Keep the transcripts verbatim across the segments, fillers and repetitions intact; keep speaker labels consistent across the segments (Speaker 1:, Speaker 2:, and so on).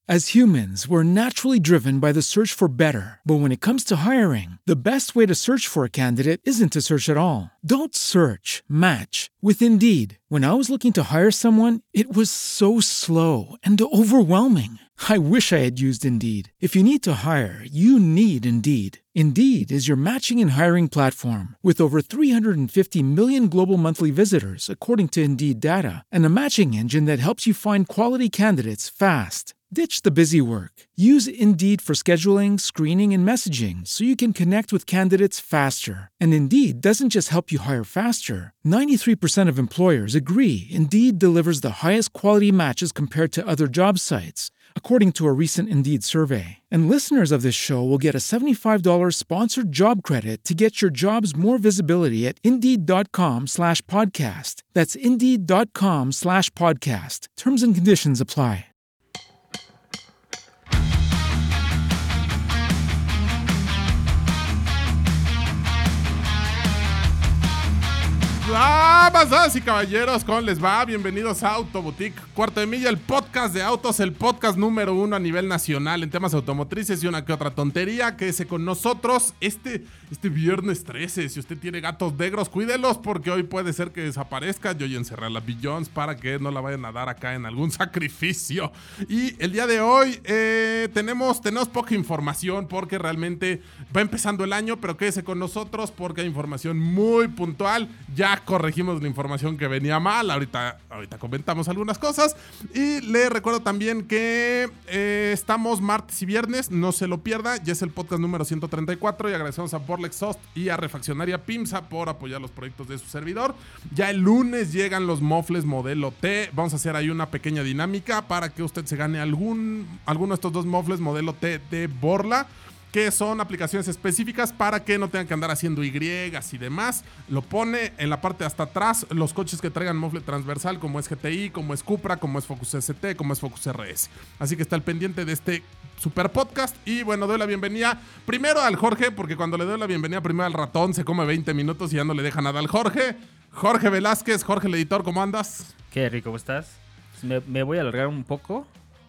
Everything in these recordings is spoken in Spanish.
Speaker 1: As humans, we're naturally driven by the search for better. But when it comes to hiring, the best way to search for a candidate isn't to search at all. Don't search, match with Indeed. When I was looking to hire someone, it was so slow and overwhelming. I wish I had used Indeed. If you need to hire, you need Indeed. Indeed is your matching and hiring platform with over three hundred fifty million global monthly visitors, according to Indeed data, and a matching engine that helps you find quality candidates fast. Ditch the busy work. Use Indeed for scheduling, screening, and messaging so you can connect with candidates faster. And Indeed doesn't just help you hire faster. ninety-three percent of employers agree Indeed delivers the highest quality matches compared to other job sites, according to a recent Indeed survey. And listeners of this show will get a seventy-five dollars sponsored job credit to get your jobs more visibility at Indeed.com slash podcast. That's Indeed.com slash podcast. Terms and conditions apply.
Speaker 2: Damas y caballeros, ¿cómo les va? Bienvenidos a Autoboutique Cuarto de Milla, el podcast de autos, el podcast número uno a nivel nacional en temas automotrices y una que otra tontería. Quédese con nosotros este, este viernes trece. Si usted tiene gatos negros, cuídelos porque hoy puede ser que desaparezca. Yo ya encerré a la Billions para que no la vayan a dar acá en algún sacrificio. Y el día de hoy eh, tenemos, tenemos poca información porque realmente va empezando el año, pero quédese con nosotros porque hay información muy puntual. Ya corregimos la información que venía mal. Ahorita, ahorita comentamos algunas cosas. Y le recuerdo también que eh, estamos martes y viernes. No se lo pierda. Ya es el podcast número ciento treinta y cuatro. Y agradecemos a Borla Exhaust y a Refaccionaria PIMSA por apoyar los proyectos de su servidor. Ya el lunes llegan los mofles modelo T. Vamos a hacer ahí una pequeña dinámica para que usted se gane algún, alguno de estos dos mofles modelo T de Borla, que son aplicaciones específicas para que no tengan que andar haciendo Y y demás. Lo pone en la parte de hasta atrás los coches que traigan mofle transversal, como es G T I, como es Cupra, como es Focus S T, como es Focus R S. Así que está al pendiente de este super podcast. Y bueno, doy la bienvenida primero al Jorge, porque cuando le doy la bienvenida primero al ratón se come veinte minutos y ya no le deja nada al Jorge. Jorge Velázquez, Jorge el editor, ¿cómo andas?
Speaker 3: Qué rico, ¿cómo estás? Me, me voy a alargar un poco.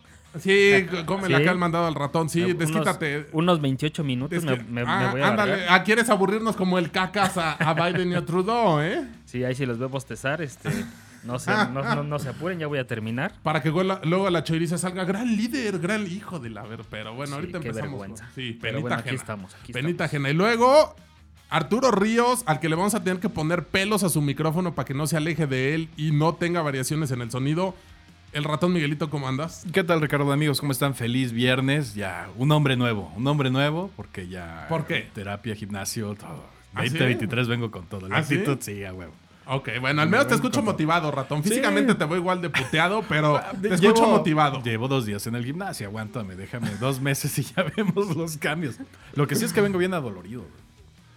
Speaker 2: Sí, cómele
Speaker 3: ¿Sí?
Speaker 2: acá el mandado al ratón, sí,
Speaker 3: unos,
Speaker 2: desquítate.
Speaker 3: Unos veintiocho minutos
Speaker 2: Es que,
Speaker 3: me, me,
Speaker 2: ah,
Speaker 3: me voy a
Speaker 2: ándale,
Speaker 3: alargar.
Speaker 2: ah, ¿quieres aburrirnos como el cacas a, a Biden y a Trudeau, eh?
Speaker 3: Sí, ahí sí los veo bostezar, este, no se, no, no, no se apuren, ya voy a terminar.
Speaker 2: Para que luego, luego la choiriza salga, gran líder, gran hijo de la ver, pero bueno,
Speaker 3: Sí,
Speaker 2: ahorita
Speaker 3: qué
Speaker 2: empezamos.
Speaker 3: vergüenza.
Speaker 2: Sí, penita
Speaker 3: Pero bueno,
Speaker 2: ajena.
Speaker 3: aquí estamos, aquí
Speaker 2: penita
Speaker 3: estamos.
Speaker 2: ajena. Y luego, Arturo Ríos, al que le vamos a tener que poner pelos a su micrófono para que no se aleje de él y no tenga variaciones en el sonido. El ratón Miguelito, ¿cómo andas?
Speaker 4: ¿Qué tal, Ricardo, amigos? ¿Cómo están? Feliz viernes. Ya, un hombre nuevo. Un hombre nuevo porque ya...
Speaker 2: ¿Por qué?
Speaker 4: Terapia, gimnasio, todo.
Speaker 2: ¿Ah,
Speaker 4: veinte veintitrés vengo con todo. La
Speaker 2: ¿Ah, sí?
Speaker 4: actitud, sí, a huevo.
Speaker 2: Ok, bueno, al menos te escucho motivado, ratón. Físicamente
Speaker 4: Sí.
Speaker 2: te voy igual de puteado, pero te
Speaker 4: Llevo-
Speaker 2: escucho motivado.
Speaker 4: Llevo dos días en el gimnasio. Aguántame, déjame dos meses y ya vemos los cambios. Lo que sí es que vengo bien adolorido. güey.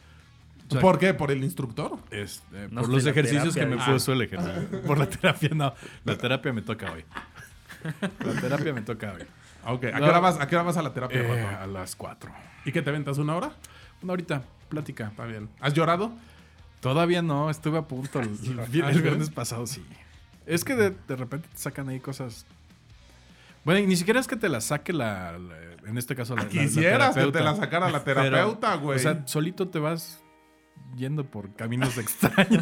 Speaker 4: O sea,
Speaker 2: ¿Por qué? ¿Por el instructor?
Speaker 4: es, eh,
Speaker 3: No
Speaker 4: por
Speaker 3: sé,
Speaker 4: los
Speaker 3: la
Speaker 4: ejercicios
Speaker 3: terapia,
Speaker 4: que me
Speaker 2: ah.
Speaker 4: puso el ejercicio. Por la terapia, no. La terapia me toca hoy. La terapia me toca hoy.
Speaker 2: Ok, ¿a,
Speaker 4: No.
Speaker 2: qué hora vas, ¿a qué hora vas a la terapia,
Speaker 4: Eh,
Speaker 2: ratón?
Speaker 4: a las cuatro.
Speaker 2: ¿Y qué te ventas, una hora?
Speaker 4: Una horita, plática.
Speaker 2: Está bien. ¿Has llorado?
Speaker 4: Todavía no, estuve a punto el, el vi-
Speaker 2: ¿Ah,
Speaker 4: el
Speaker 2: sí?
Speaker 4: viernes pasado, sí. Es que de, de repente te sacan ahí cosas. Bueno, y ni siquiera es que te la saque la, la- en este caso la, la- la
Speaker 2: Quisieras que te
Speaker 4: terapeuta.
Speaker 2: la sacara la
Speaker 4: Pero,
Speaker 2: terapeuta, güey.
Speaker 4: O sea, solito te vas yendo por caminos extraños.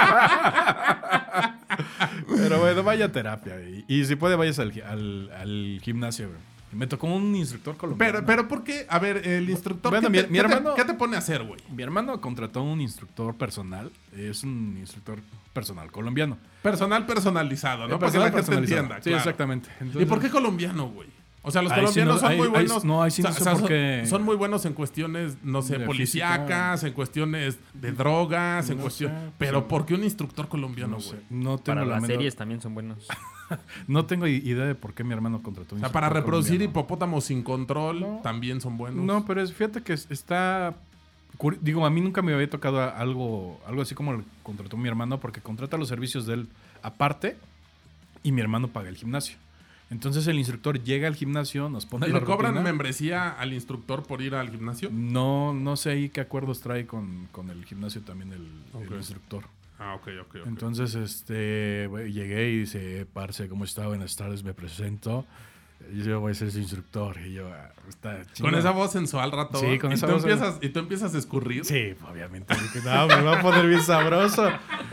Speaker 4: Pero bueno, vaya terapia. Y, y si puede, vayas al, gi- al, al gimnasio, güey. Me tocó un instructor colombiano.
Speaker 2: pero, pero ¿por qué? A ver, el instructor,
Speaker 4: Bueno,
Speaker 2: ¿qué,
Speaker 4: mi-
Speaker 2: te,
Speaker 4: mi
Speaker 2: qué te-
Speaker 4: hermano-
Speaker 2: ¿qué te pone a hacer, güey?
Speaker 4: Mi hermano contrató un instructor personal. Es un instructor personal colombiano.
Speaker 2: Personal personalizado, ¿no?
Speaker 4: Eh,
Speaker 2: Para que la gente
Speaker 4: personalizado.
Speaker 2: entienda.
Speaker 4: Sí,
Speaker 2: claro.
Speaker 4: exactamente.
Speaker 2: ¿Y
Speaker 4: Entonces-
Speaker 2: por qué colombiano, güey? O sea, los
Speaker 4: Ahí sí
Speaker 2: colombianos
Speaker 4: no-
Speaker 2: son
Speaker 4: ahí-
Speaker 2: muy
Speaker 4: ahí-
Speaker 2: buenos.
Speaker 4: no, ahí sí no
Speaker 2: o sea,
Speaker 4: sé
Speaker 2: son-
Speaker 4: por qué.
Speaker 2: Son muy buenos en cuestiones, no sé,
Speaker 4: De
Speaker 2: policíacas, en cuestiones de drogas, en
Speaker 4: No
Speaker 2: cuestiones.
Speaker 4: sé,
Speaker 2: pero
Speaker 4: sí.
Speaker 2: ¿por qué un instructor colombiano,
Speaker 4: No
Speaker 2: güey?
Speaker 4: sé, no tengo
Speaker 3: Para
Speaker 4: la
Speaker 3: las
Speaker 4: menor-
Speaker 3: series también son buenos.
Speaker 4: No tengo i- idea de por qué mi hermano contrató un
Speaker 2: O sea, para
Speaker 4: instructor
Speaker 2: reproducir
Speaker 4: colombiano.
Speaker 2: hipopótamos sin control
Speaker 4: No.
Speaker 2: también son buenos.
Speaker 4: No, pero es, fíjate que es- está... curi- Digo, a mí nunca me había tocado a- algo, algo así como lo contrató mi hermano, porque contrata los servicios de él aparte y mi hermano paga el gimnasio. Entonces el instructor llega al gimnasio, nos pone
Speaker 2: ¿Y
Speaker 4: la
Speaker 2: le cobran
Speaker 4: rutina.
Speaker 2: membresía al instructor por ir al gimnasio?
Speaker 4: No, no sé ahí qué acuerdos trae con, con el gimnasio también el, el
Speaker 2: Ok.
Speaker 4: instructor.
Speaker 2: Ah, ok, ok, ok.
Speaker 4: Entonces, este, güey, llegué y dice, parce, ¿cómo está? Buenas tardes, me presento. yo voy a ser su instructor. Y yo, ah, está chingón.
Speaker 2: Con esa voz sensual, ratón.
Speaker 4: Sí, con
Speaker 2: y
Speaker 4: esa
Speaker 2: tú
Speaker 4: voz.
Speaker 2: Empiezas, y tú empiezas a escurrir.
Speaker 4: Sí, obviamente. Dije, no, me va a poner bien sabroso.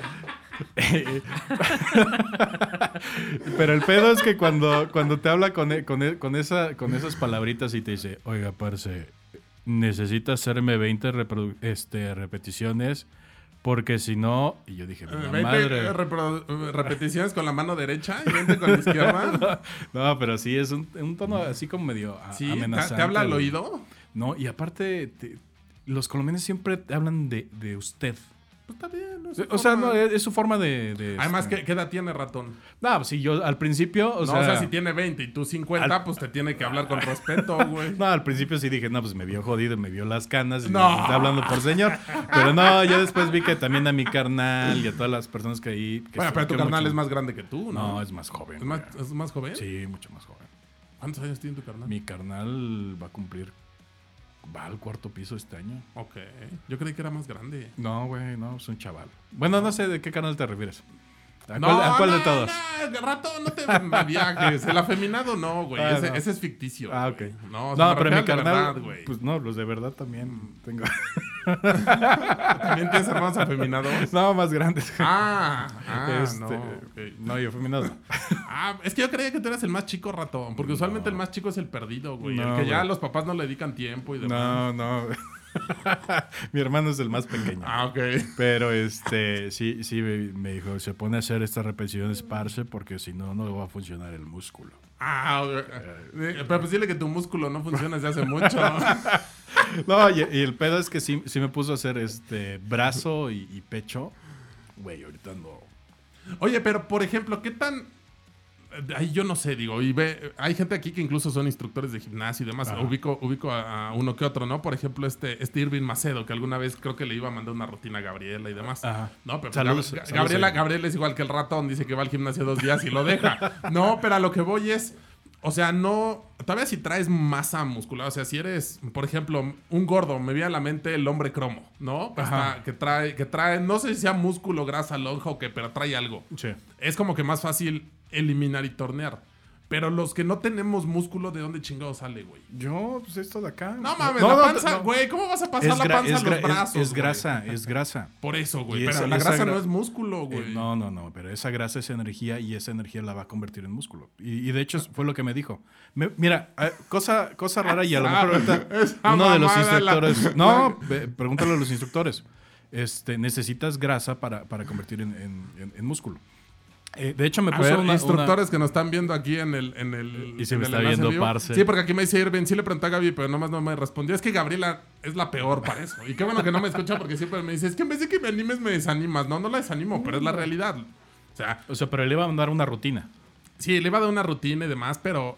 Speaker 4: Pero el pedo es que cuando, cuando te habla con, con, con, esa, con esas palabritas y te dice, oiga, parce, necesitas hacerme veinte reprodu- este, repeticiones porque si no... Y yo dije,
Speaker 2: veinte
Speaker 4: la madre...
Speaker 2: repro- repeticiones con la mano derecha y veinte con la izquierda.
Speaker 4: no, no, pero sí, es un, un tono así como medio a,
Speaker 2: Sí,
Speaker 4: amenazante.
Speaker 2: ¿te, te habla al
Speaker 4: güey.
Speaker 2: oído?
Speaker 4: No, y aparte, te, los colombianos siempre te hablan de, de usted.
Speaker 2: Pues está bien. No es su
Speaker 4: O sea,
Speaker 2: forma.
Speaker 4: no, es, es su forma de... de
Speaker 2: Además,
Speaker 4: este-
Speaker 2: ¿qué, ¿qué edad tiene ratón?
Speaker 4: No, pues si yo al principio, o
Speaker 2: No,
Speaker 4: sea...
Speaker 2: o sea, si tiene veinte y tú cincuenta,
Speaker 4: Al-
Speaker 2: pues te tiene que hablar con respeto, güey.
Speaker 4: No, al principio sí dije, no, pues me vio jodido, me vio las canas y
Speaker 2: No.
Speaker 4: me está hablando por señor. Pero no, yo después vi que también a mi carnal y a todas las personas que ahí... Que
Speaker 2: Bueno, pero tu
Speaker 4: que
Speaker 2: carnal
Speaker 4: mucho-
Speaker 2: es más grande que tú, ¿no?
Speaker 4: No, es más joven.
Speaker 2: ¿Es más,
Speaker 4: güey.
Speaker 2: ¿Es más joven?
Speaker 4: Sí, mucho más joven.
Speaker 2: ¿Cuántos años tiene tu carnal?
Speaker 4: Mi carnal va a cumplir... Va al cuarto piso este año.
Speaker 2: Ok. Yo creí que era más grande.
Speaker 4: No, güey, no, es un chaval. Bueno, no sé de qué canal te refieres. ¿A
Speaker 2: No,
Speaker 4: cuál, a cuál
Speaker 2: no,
Speaker 4: de todos?
Speaker 2: No, rato, no te viajes. El afeminado no, güey.
Speaker 4: Ah,
Speaker 2: ese,
Speaker 4: no.
Speaker 2: ese es ficticio.
Speaker 4: Ah,
Speaker 2: güey.
Speaker 4: ok.
Speaker 2: No, o sea,
Speaker 4: No,
Speaker 2: me
Speaker 4: pero
Speaker 2: refiero
Speaker 4: mi
Speaker 2: al de
Speaker 4: carnal,
Speaker 2: verdad, güey.
Speaker 4: pues no, los de verdad también tengo.
Speaker 2: ¿También tienes hermanos afeminados?
Speaker 4: No, más grandes.
Speaker 2: Ah, ah,
Speaker 4: Este,
Speaker 2: no. ok.
Speaker 4: No, yo feminado.
Speaker 2: Ah, es que yo creía que tú eras el más chico, ratón. Porque usualmente el más chico es el perdido, güey.
Speaker 4: No,
Speaker 2: el que ya
Speaker 4: güey.
Speaker 2: los papás no le dedican tiempo y demás.
Speaker 4: No, no. Mi hermano es el más pequeño.
Speaker 2: Ah, ok.
Speaker 4: Pero este, sí, sí, me, me dijo, se pone a hacer estas repeticiones parce porque si no, no le va a funcionar el músculo.
Speaker 2: Ah, ok. Eh, Pero pues dile que tu músculo no funciona desde hace mucho.
Speaker 4: No, y, y el pedo es que sí, sí me puso a hacer este brazo y, y pecho. Güey, ahorita no.
Speaker 2: Oye, pero por ejemplo, ¿qué tan...? Ahí yo no sé, digo, y ve, hay gente aquí que incluso son instructores de gimnasio y demás.
Speaker 4: Ajá.
Speaker 2: Ubico, ubico a, a uno que otro, ¿no? Por ejemplo, este, este Irving Macedo, que alguna vez creo que le iba a mandar una rutina a Gabriela y demás.
Speaker 4: Ajá.
Speaker 2: No, pero
Speaker 4: Saludos,
Speaker 2: Gab-
Speaker 4: saludos,
Speaker 2: Gabriela,
Speaker 4: Irving.
Speaker 2: Gabriela es igual que el ratón, dice que va al gimnasio dos días y lo deja. No, pero a lo que voy es, o sea, no, todavía si traes masa muscular, o sea, si eres, por ejemplo, un gordo, me viene a la mente el hombre cromo, ¿no?
Speaker 4: Ajá.
Speaker 2: Hasta que trae, que trae, no sé si sea músculo, grasa, lonja o qué, pero trae algo.
Speaker 4: Sí.
Speaker 2: Es como que más fácil eliminar y tornear. Pero los que no tenemos músculo, ¿de dónde chingado sale, güey?
Speaker 4: Yo, pues esto de acá.
Speaker 2: No mames,
Speaker 4: No,
Speaker 2: la
Speaker 4: no,
Speaker 2: panza,
Speaker 4: no.
Speaker 2: güey. ¿Cómo vas a pasar
Speaker 4: Es,
Speaker 2: la
Speaker 4: gra-
Speaker 2: panza
Speaker 4: es,
Speaker 2: a los
Speaker 4: gra- es-
Speaker 2: brazos?
Speaker 4: es
Speaker 2: güey?
Speaker 4: grasa, es grasa.
Speaker 2: Por eso, güey.
Speaker 4: Y
Speaker 2: Pero
Speaker 4: esa-
Speaker 2: la
Speaker 4: esa
Speaker 2: grasa
Speaker 4: gra-
Speaker 2: no es músculo,
Speaker 4: Eh,
Speaker 2: güey.
Speaker 4: no, no, no, pero esa grasa es energía y esa energía la va a convertir en músculo. Y, y de hecho fue lo que me dijo. Me- mira, eh, cosa, cosa rara y a lo mejor ahorita
Speaker 2: Esa
Speaker 4: uno de los
Speaker 2: mamada la-
Speaker 4: instructores... No, ve, pregúntale a los instructores. Este, necesitas grasa para, para convertir en, en- en- en músculo. Eh, de hecho me
Speaker 2: A
Speaker 4: puso
Speaker 2: ver,
Speaker 4: una...
Speaker 2: instructores que nos están viendo aquí en el... En el
Speaker 4: Y se
Speaker 2: en
Speaker 4: me
Speaker 2: el
Speaker 4: está
Speaker 2: enlace
Speaker 4: viendo,
Speaker 2: en vivo.
Speaker 4: parce.
Speaker 2: Sí, porque aquí me dice Irving, sí le pregunté a Gaby, pero nomás no me respondió. Es que Gabriela es la peor para eso. Y qué bueno que no me escucha porque siempre me dice, es que en vez de que me animes, me desanimas. No, no la desanimo, pero es la realidad. O sea,
Speaker 4: O sea, pero le iba a mandar una rutina.
Speaker 2: sí, le iba a dar una rutina y demás, pero...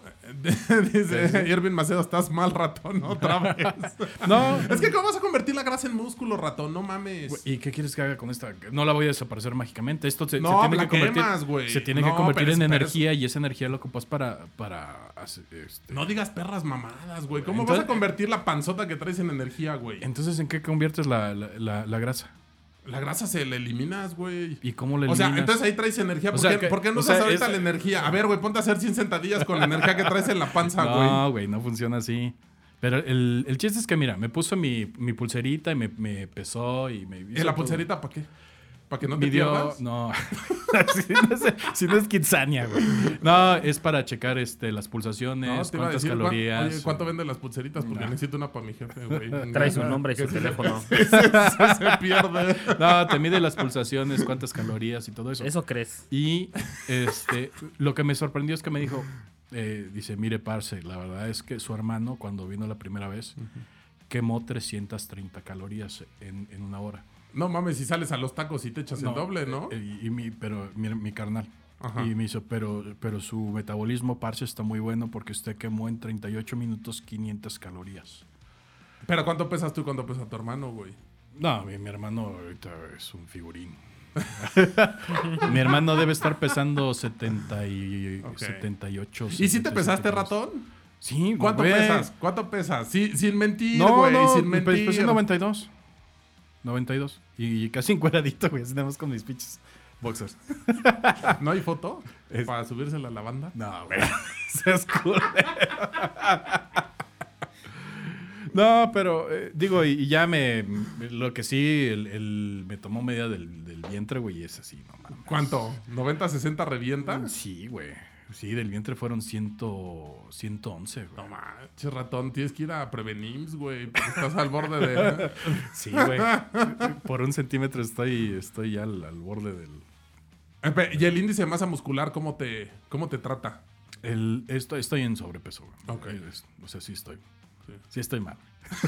Speaker 2: Dice Irving Macedo, estás mal, ratón, otra vez.
Speaker 4: No.
Speaker 2: Es que ¿cómo vas a convertir la grasa en músculo, ratón? No mames.
Speaker 4: ¿Y qué quieres que haga con esta? No la voy a desaparecer mágicamente. Esto se,
Speaker 2: No,
Speaker 4: se tiene
Speaker 2: la
Speaker 4: que convertir,
Speaker 2: quemas, güey.
Speaker 4: se tiene
Speaker 2: No,
Speaker 4: que convertir
Speaker 2: pero
Speaker 4: en
Speaker 2: es- pero
Speaker 4: energía y esa energía lo ocupas para para hacer, este.
Speaker 2: No digas perras mamadas, güey. ¿Cómo
Speaker 4: Entonces-
Speaker 2: vas a convertir la panzota que traes en energía, güey?
Speaker 4: Entonces, ¿en qué conviertes la, la, la- la grasa?
Speaker 2: La grasa se la eliminas, güey.
Speaker 4: ¿Y cómo la
Speaker 2: O sea,
Speaker 4: eliminas?
Speaker 2: entonces ahí traes energía. ¿Por,
Speaker 4: O sea,
Speaker 2: qué,
Speaker 4: que-
Speaker 2: por qué no
Speaker 4: o
Speaker 2: usas
Speaker 4: sea,
Speaker 2: ahorita
Speaker 4: es-
Speaker 2: la energía? A ver, güey, ponte a hacer cien sentadillas con la energía que traes en la panza, güey.
Speaker 4: No, güey, no funciona así. Pero el, el chiste es que, mira, me puso mi, mi pulserita y me, me pesó y me...
Speaker 2: ¿Y
Speaker 4: hizo
Speaker 2: la
Speaker 4: todo.
Speaker 2: pulserita para qué? ¿Para que no te
Speaker 4: Midió-
Speaker 2: pierdas?
Speaker 4: No, si, no es, si no es Kitsania, güey. No, es para checar este, las pulsaciones,
Speaker 2: No, te iba a
Speaker 4: cuántas
Speaker 2: decir, ¿cuán-
Speaker 4: calorías.
Speaker 2: Oye, ¿cuánto venden las pulseritas? Porque
Speaker 4: No.
Speaker 2: necesito una para mi jefe, güey.
Speaker 3: Trae su nombre y su teléfono.
Speaker 2: se, se pierde.
Speaker 4: No, te mide las pulsaciones, cuántas calorías y todo eso.
Speaker 3: Eso crees.
Speaker 4: Y este, lo que me sorprendió es que me dijo, eh, dice, mire, parce, la verdad es que su hermano, cuando vino la primera vez, quemó trescientas treinta calorías en, en una hora.
Speaker 2: No mames, si sales a los tacos y te echas el doble, ¿no?
Speaker 4: eh, y, y mi, pero mi, mi carnal.
Speaker 2: Ajá.
Speaker 4: Y me hizo, pero, pero su metabolismo, parce, está muy bueno porque usted quemó en treinta y ocho minutos quinientas calorías.
Speaker 2: Pero ¿cuánto pesas tú y cuánto pesa tu hermano, güey?
Speaker 4: No, mi, mi hermano ahorita es un figurín. Mi hermano debe estar pesando setenta y,
Speaker 2: Ok.
Speaker 4: setenta y ocho.
Speaker 2: ¿Y si te
Speaker 4: setenta y
Speaker 2: pesaste,
Speaker 4: siete
Speaker 2: ratón?
Speaker 4: Sí,
Speaker 2: ¿Cuánto
Speaker 4: güey.
Speaker 2: pesas? ¿Cuánto pesas? Sí, sin mentir,
Speaker 4: No,
Speaker 2: güey,
Speaker 4: no,
Speaker 2: sin
Speaker 4: pe-
Speaker 2: mentir.
Speaker 4: pesé noventa y dos. noventa y dos. Y casi encueradito, güey. Así nada más con mis pinches Boxers.
Speaker 2: ¿No hay foto
Speaker 4: Es-
Speaker 2: para subírsela a la banda?
Speaker 4: No, güey. Seas culero. No, pero eh, digo, y, y ya me. Lo que sí, el, el- me tomó medida del, del vientre, güey, y es así, no mames.
Speaker 2: ¿Cuánto? ¿noventa, sesenta revienta?
Speaker 4: Sí, güey. Sí, del vientre fueron ciento, ciento once, güey.
Speaker 2: No manches, ratón, tienes que ir a Prevenims, güey, porque estás al borde de...
Speaker 4: Sí, güey. Por un centímetro estoy, estoy ya al, al borde del.
Speaker 2: Espe- ¿Y el índice de masa muscular cómo te, cómo te trata?
Speaker 4: El, estoy, estoy en sobrepeso, güey.
Speaker 2: Ok.
Speaker 4: Es- o sea, sí estoy.
Speaker 2: Sí.
Speaker 4: Sí estoy mal.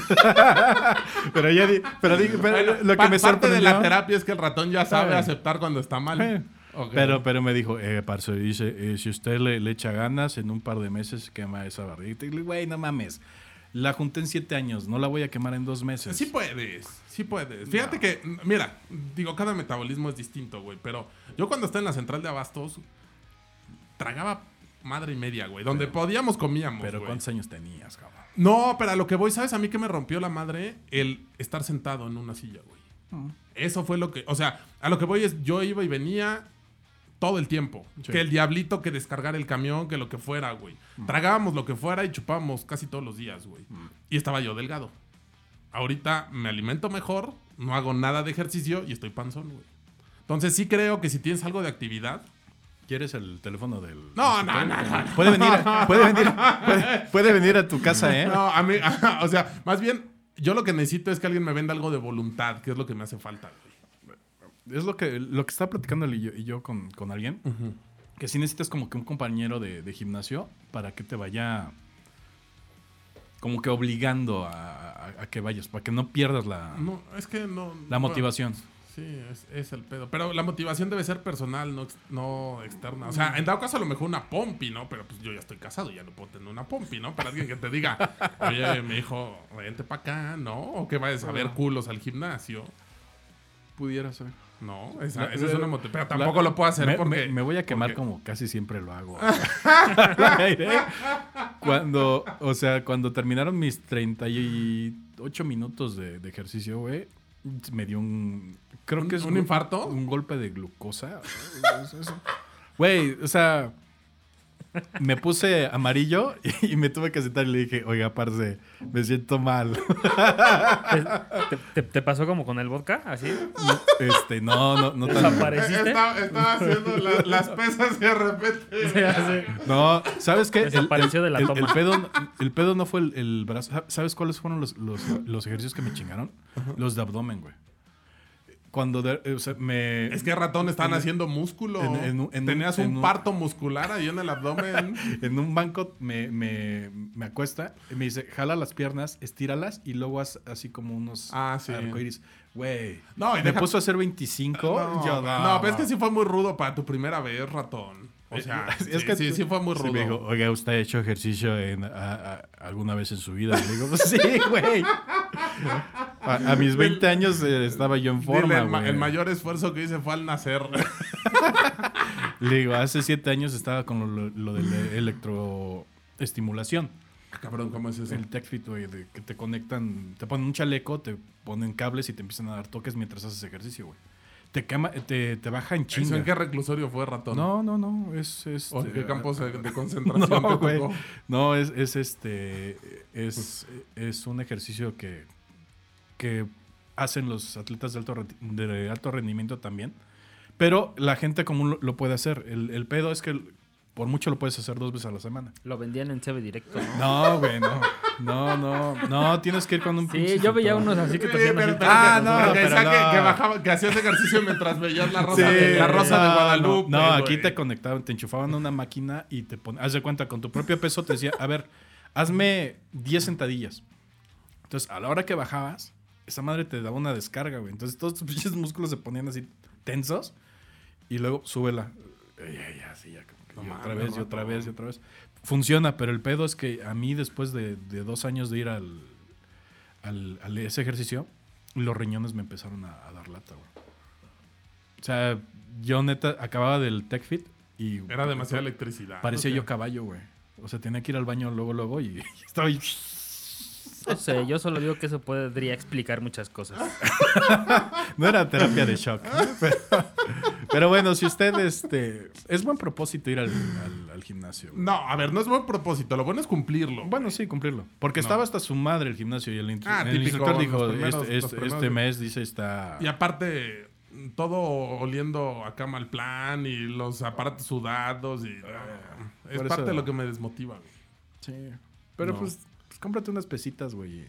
Speaker 4: pero ya di, pero, di- pero
Speaker 2: Bueno,
Speaker 4: lo que
Speaker 2: pa-
Speaker 4: me
Speaker 2: parte de la
Speaker 4: sorprendió-
Speaker 2: terapia es que el ratón ya sabe
Speaker 4: Eh.
Speaker 2: aceptar cuando está mal.
Speaker 4: Eh.
Speaker 2: Ok.
Speaker 4: Pero, pero me dijo, eh, parce, dice, eh, si usted le, le echa ganas, en un par de meses quema esa barriguita. Y le digo, güey, no mames. La junté en siete años, no la voy a quemar en dos meses.
Speaker 2: Sí puedes, sí puedes. Fíjate
Speaker 4: No.
Speaker 2: que, mira, digo, cada metabolismo es distinto, güey. Pero yo cuando estaba en la central de abastos, tragaba madre y media, güey. Donde podíamos comíamos,
Speaker 4: Pero
Speaker 2: güey.
Speaker 4: ¿cuántos años tenías, cabrón?
Speaker 2: No, pero a lo que voy, ¿sabes? A mí que me rompió la madre el estar sentado en una silla, güey. Eso fue lo que, o sea, a lo que voy es, yo iba y venía todo el tiempo.
Speaker 4: Sí.
Speaker 2: Que el diablito, que descargar el camión, que lo que fuera, güey. Tragábamos lo que fuera y chupábamos casi todos los días, güey. Y estaba yo delgado. Ahorita me alimento mejor, no hago nada de ejercicio y estoy panzón, güey. Entonces sí creo que si tienes algo de actividad...
Speaker 4: ¿Quieres el teléfono del...?
Speaker 2: No, no, no, no.
Speaker 4: Puede venir, puede venir, puede, puede venir a tu casa, ¿eh?
Speaker 2: No, a mí, o sea, más bien, yo lo que necesito es que alguien me venda algo de voluntad, que es lo que me hace falta, güey.
Speaker 4: Es lo que, lo que estaba platicando él y yo, y yo con, con alguien. Que sí necesitas como que un compañero de, de gimnasio para que te vaya como que obligando a, a- a que vayas, para que no pierdas la,
Speaker 2: No, es que no...
Speaker 4: la motivación.
Speaker 2: Sí, es, es el pedo. Pero la motivación debe ser personal, no, ex- no externa. O sea, en dado caso a lo mejor una pompi, ¿no? Pero pues yo ya estoy casado, ya no puedo tener una pompi, ¿no? Para alguien que te diga, oye, mi hijo, vente para acá, ¿no? O que vayas a ver culos al gimnasio.
Speaker 4: Pudiera ser.
Speaker 2: No, esa,
Speaker 4: La-
Speaker 2: esa es
Speaker 4: la-
Speaker 2: una motivación. Pero tampoco
Speaker 4: La-
Speaker 2: lo puedo hacer
Speaker 4: me,
Speaker 2: porque...
Speaker 4: me- me voy a quemar
Speaker 2: porque-
Speaker 4: como casi siempre lo hago. Cuando, o sea, cuando terminaron mis treinta y ocho minutos de, de ejercicio, güey, me dio un... Creo
Speaker 2: ¿Un-
Speaker 4: que es
Speaker 2: un infarto?
Speaker 4: Un golpe de glucosa. Es eso. Güey, o sea... Me puse amarillo y, y me tuve que sentar y le dije, oiga, parce, me siento mal.
Speaker 3: ¿Te, te- te pasó como con el vodka? ¿Así?
Speaker 4: Este, no, no, no tan...
Speaker 3: ¿Desapareciste?
Speaker 2: Estaba, estaba haciendo la- las pesas y de repente...
Speaker 3: Sí, así.
Speaker 4: No, ¿sabes qué? El,
Speaker 3: Desapareció de la
Speaker 4: el-
Speaker 3: toma.
Speaker 4: el pedo, el pedo no fue el, el brazo. ¿Sabes cuáles fueron los, los, los ejercicios que me chingaron? Los de abdomen, güey. Cuando de- o sea, me...
Speaker 2: Es que ratón estaban
Speaker 4: en-
Speaker 2: haciendo músculo.
Speaker 4: en- en un- en un-
Speaker 2: Tenías un,
Speaker 4: en un-
Speaker 2: parto muscular ahí en el abdomen.
Speaker 4: En un banco me, me, me acuesta y me dice, jala las piernas, estíralas y luego haz así como unos
Speaker 2: Ah, sí.
Speaker 4: arcoíris. Güey,
Speaker 2: No, y
Speaker 4: me
Speaker 2: deja-
Speaker 4: puso a hacer veinticinco.
Speaker 2: No,
Speaker 4: yo,
Speaker 2: no, pero es que sí fue muy rudo para tu primera vez, ratón. O sea,
Speaker 4: Es
Speaker 2: sí,
Speaker 4: que
Speaker 2: sí, sí fue muy
Speaker 4: sí
Speaker 2: rudo.
Speaker 4: me dijo, oiga, ¿usted ha hecho ejercicio en, a- a- alguna vez en su vida? Y le digo, pues sí, güey. A, a mis veinte años eh, estaba yo en
Speaker 2: Dile,
Speaker 4: forma,
Speaker 2: el, ma-
Speaker 4: güey.
Speaker 2: el mayor esfuerzo que hice fue al nacer.
Speaker 4: Le digo, hace siete años estaba con lo, lo de la electroestimulación.
Speaker 2: Cabrón, ¿cómo es eso?
Speaker 4: El TechFit, güey, de que te conectan, te ponen un chaleco, te ponen cables y te empiezan a dar toques mientras haces ejercicio, güey. Te quema, te, te baja en
Speaker 2: ¿Eso
Speaker 4: chinga.
Speaker 2: en qué reclusorio fue, ratón?
Speaker 4: No, no, no, es... es
Speaker 2: ¿O en qué campos de, de concentración
Speaker 4: No,
Speaker 2: te
Speaker 4: güey.
Speaker 2: tocó?
Speaker 4: No, es, es este. Es, es un ejercicio que, que hacen los atletas de alto, re- de alto rendimiento también. Pero la gente común lo, lo puede hacer. El, el pedo es que por mucho lo puedes hacer dos veces a la semana.
Speaker 3: Lo vendían en C B Directo, ¿no?
Speaker 4: No, güey, no. No, no. No, tienes que ir con un
Speaker 3: Sí, yo veía unos así que te hacían
Speaker 2: pero-
Speaker 3: así.
Speaker 2: pero-
Speaker 4: Ah, no,
Speaker 2: que,
Speaker 4: pero
Speaker 2: decía
Speaker 4: no.
Speaker 2: que, que bajaba, que hacías ejercicio mientras veías la rosa,
Speaker 4: Sí,
Speaker 2: de, la rosa
Speaker 4: no,
Speaker 2: de
Speaker 4: no,
Speaker 2: Guadalupe.
Speaker 4: No, aquí
Speaker 2: güey.
Speaker 4: te conectaban, te enchufaban a una máquina y te ponían. Haz de cuenta, con tu propio peso te decía, a ver, hazme diez sentadillas. Entonces, a la hora que bajabas, esa madre te daba una descarga, güey. Entonces, todos tus pinches músculos se ponían así tensos y luego súbela. Y ya, ya, sí, ya.
Speaker 2: No
Speaker 4: Y
Speaker 2: mames,
Speaker 4: otra vez, y otra
Speaker 2: ratón.
Speaker 4: vez, y otra vez. Funciona, pero el pedo es que a mí, después de, de dos años de ir al, al, al ese ejercicio, los riñones me empezaron a, a dar lata, güey. O sea, yo neta acababa del TechFit y...
Speaker 2: Era demasiada electricidad.
Speaker 4: Parecía
Speaker 2: o sea.
Speaker 4: yo caballo, güey. O sea, tenía que ir al baño luego, luego y estaba ahí.
Speaker 3: No sé, yo solo digo que eso podría explicar muchas cosas.
Speaker 4: No era terapia de shock. Pero, Pero bueno, si usted, este... Es buen propósito ir al, al, al gimnasio.
Speaker 2: No, a ver, no es buen propósito. Lo bueno es cumplirlo.
Speaker 4: Bueno, sí, cumplirlo. Porque
Speaker 2: No.
Speaker 4: estaba hasta su madre el gimnasio y el, intru-
Speaker 2: Ah,
Speaker 4: el
Speaker 2: típico,
Speaker 4: instructor dijo,
Speaker 2: los primeros-
Speaker 4: este,
Speaker 2: los
Speaker 4: este,
Speaker 2: primeros-
Speaker 4: este mes, dice, está...
Speaker 2: Y aparte, todo oliendo a cama al plan y los aparatos sudados. Y, no, es
Speaker 4: por
Speaker 2: parte
Speaker 4: eso-
Speaker 2: de lo que me desmotiva, güey.
Speaker 4: Sí. Pero
Speaker 2: No.
Speaker 4: pues, pues cómprate unas pesitas, güey.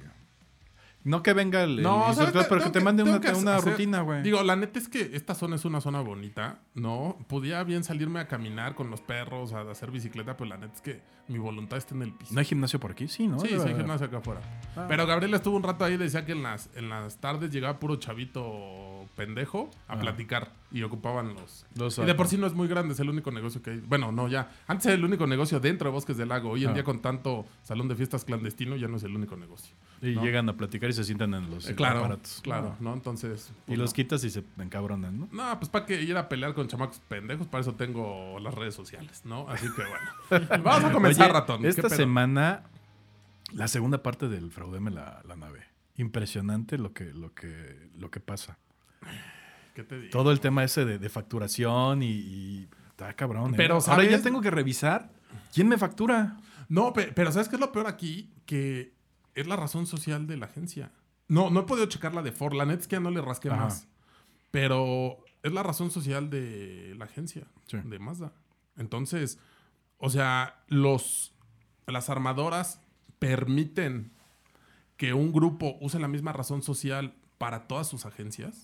Speaker 4: No que venga el, el
Speaker 2: No, ¿sabes
Speaker 4: instructor,
Speaker 2: qué?
Speaker 4: pero que
Speaker 2: Tengo
Speaker 4: te
Speaker 2: que-
Speaker 4: mande
Speaker 2: tengo
Speaker 4: una,
Speaker 2: que
Speaker 4: una
Speaker 2: hacer-
Speaker 4: rutina, güey.
Speaker 2: Digo, la neta es que esta zona es una zona bonita, ¿no? Podía bien salirme a caminar con los perros, a hacer bicicleta, pero la neta es que mi voluntad está en el piso.
Speaker 4: ¿No hay gimnasio por aquí? Sí, ¿no?
Speaker 2: Sí,
Speaker 4: Debe
Speaker 2: sí, hay
Speaker 4: haber.
Speaker 2: gimnasio acá afuera.
Speaker 4: Ah.
Speaker 2: Pero Gabriel estuvo un rato ahí y decía que en las, en las tardes llegaba puro chavito pendejo a
Speaker 4: Ah.
Speaker 2: platicar y ocupaban los...
Speaker 4: Los-
Speaker 2: y de por sí no es muy grande, es el único negocio que hay. Bueno, no, ya. Antes era el único negocio dentro de Bosques del Lago. Hoy en
Speaker 4: Ah.
Speaker 2: día con tanto salón de fiestas clandestino ya no es el único negocio.
Speaker 4: Y
Speaker 2: ¿no?
Speaker 4: llegan a platicar y se sientan en los
Speaker 2: Eh, claro,
Speaker 4: aparatos.
Speaker 2: claro,
Speaker 4: Ah.
Speaker 2: ¿no? Entonces...
Speaker 4: Y
Speaker 2: pues,
Speaker 4: los
Speaker 2: no.
Speaker 4: quitas y se encabronan, ¿no?
Speaker 2: No, pues para que ir a pelear con chamacos pendejos, para eso tengo las redes sociales, ¿no? Así que bueno. Vamos a comenzar,
Speaker 4: Oye,
Speaker 2: ratón. ¿Qué
Speaker 4: Esta
Speaker 2: pedo?
Speaker 4: semana, la segunda parte del Fraudeme la, la nave. Impresionante lo que, lo que, lo que pasa.
Speaker 2: ¿Qué te digo?
Speaker 4: Todo el tema ese de, de facturación y, y está cabrón. ¿eh?
Speaker 2: Pero,
Speaker 4: ahora
Speaker 2: ¿sabes?
Speaker 4: ya tengo que revisar quién me factura.
Speaker 2: No, pe- pero ¿sabes qué es lo peor aquí? Que es la razón social de la agencia. No, no he podido checar la de Ford. La neta es que ya no le rasqué
Speaker 4: Ajá.
Speaker 2: más. Pero es la razón social de la agencia,
Speaker 4: Sí.
Speaker 2: de Mazda. Entonces, o sea, los, las armadoras permiten que un grupo use la misma razón social para todas sus agencias.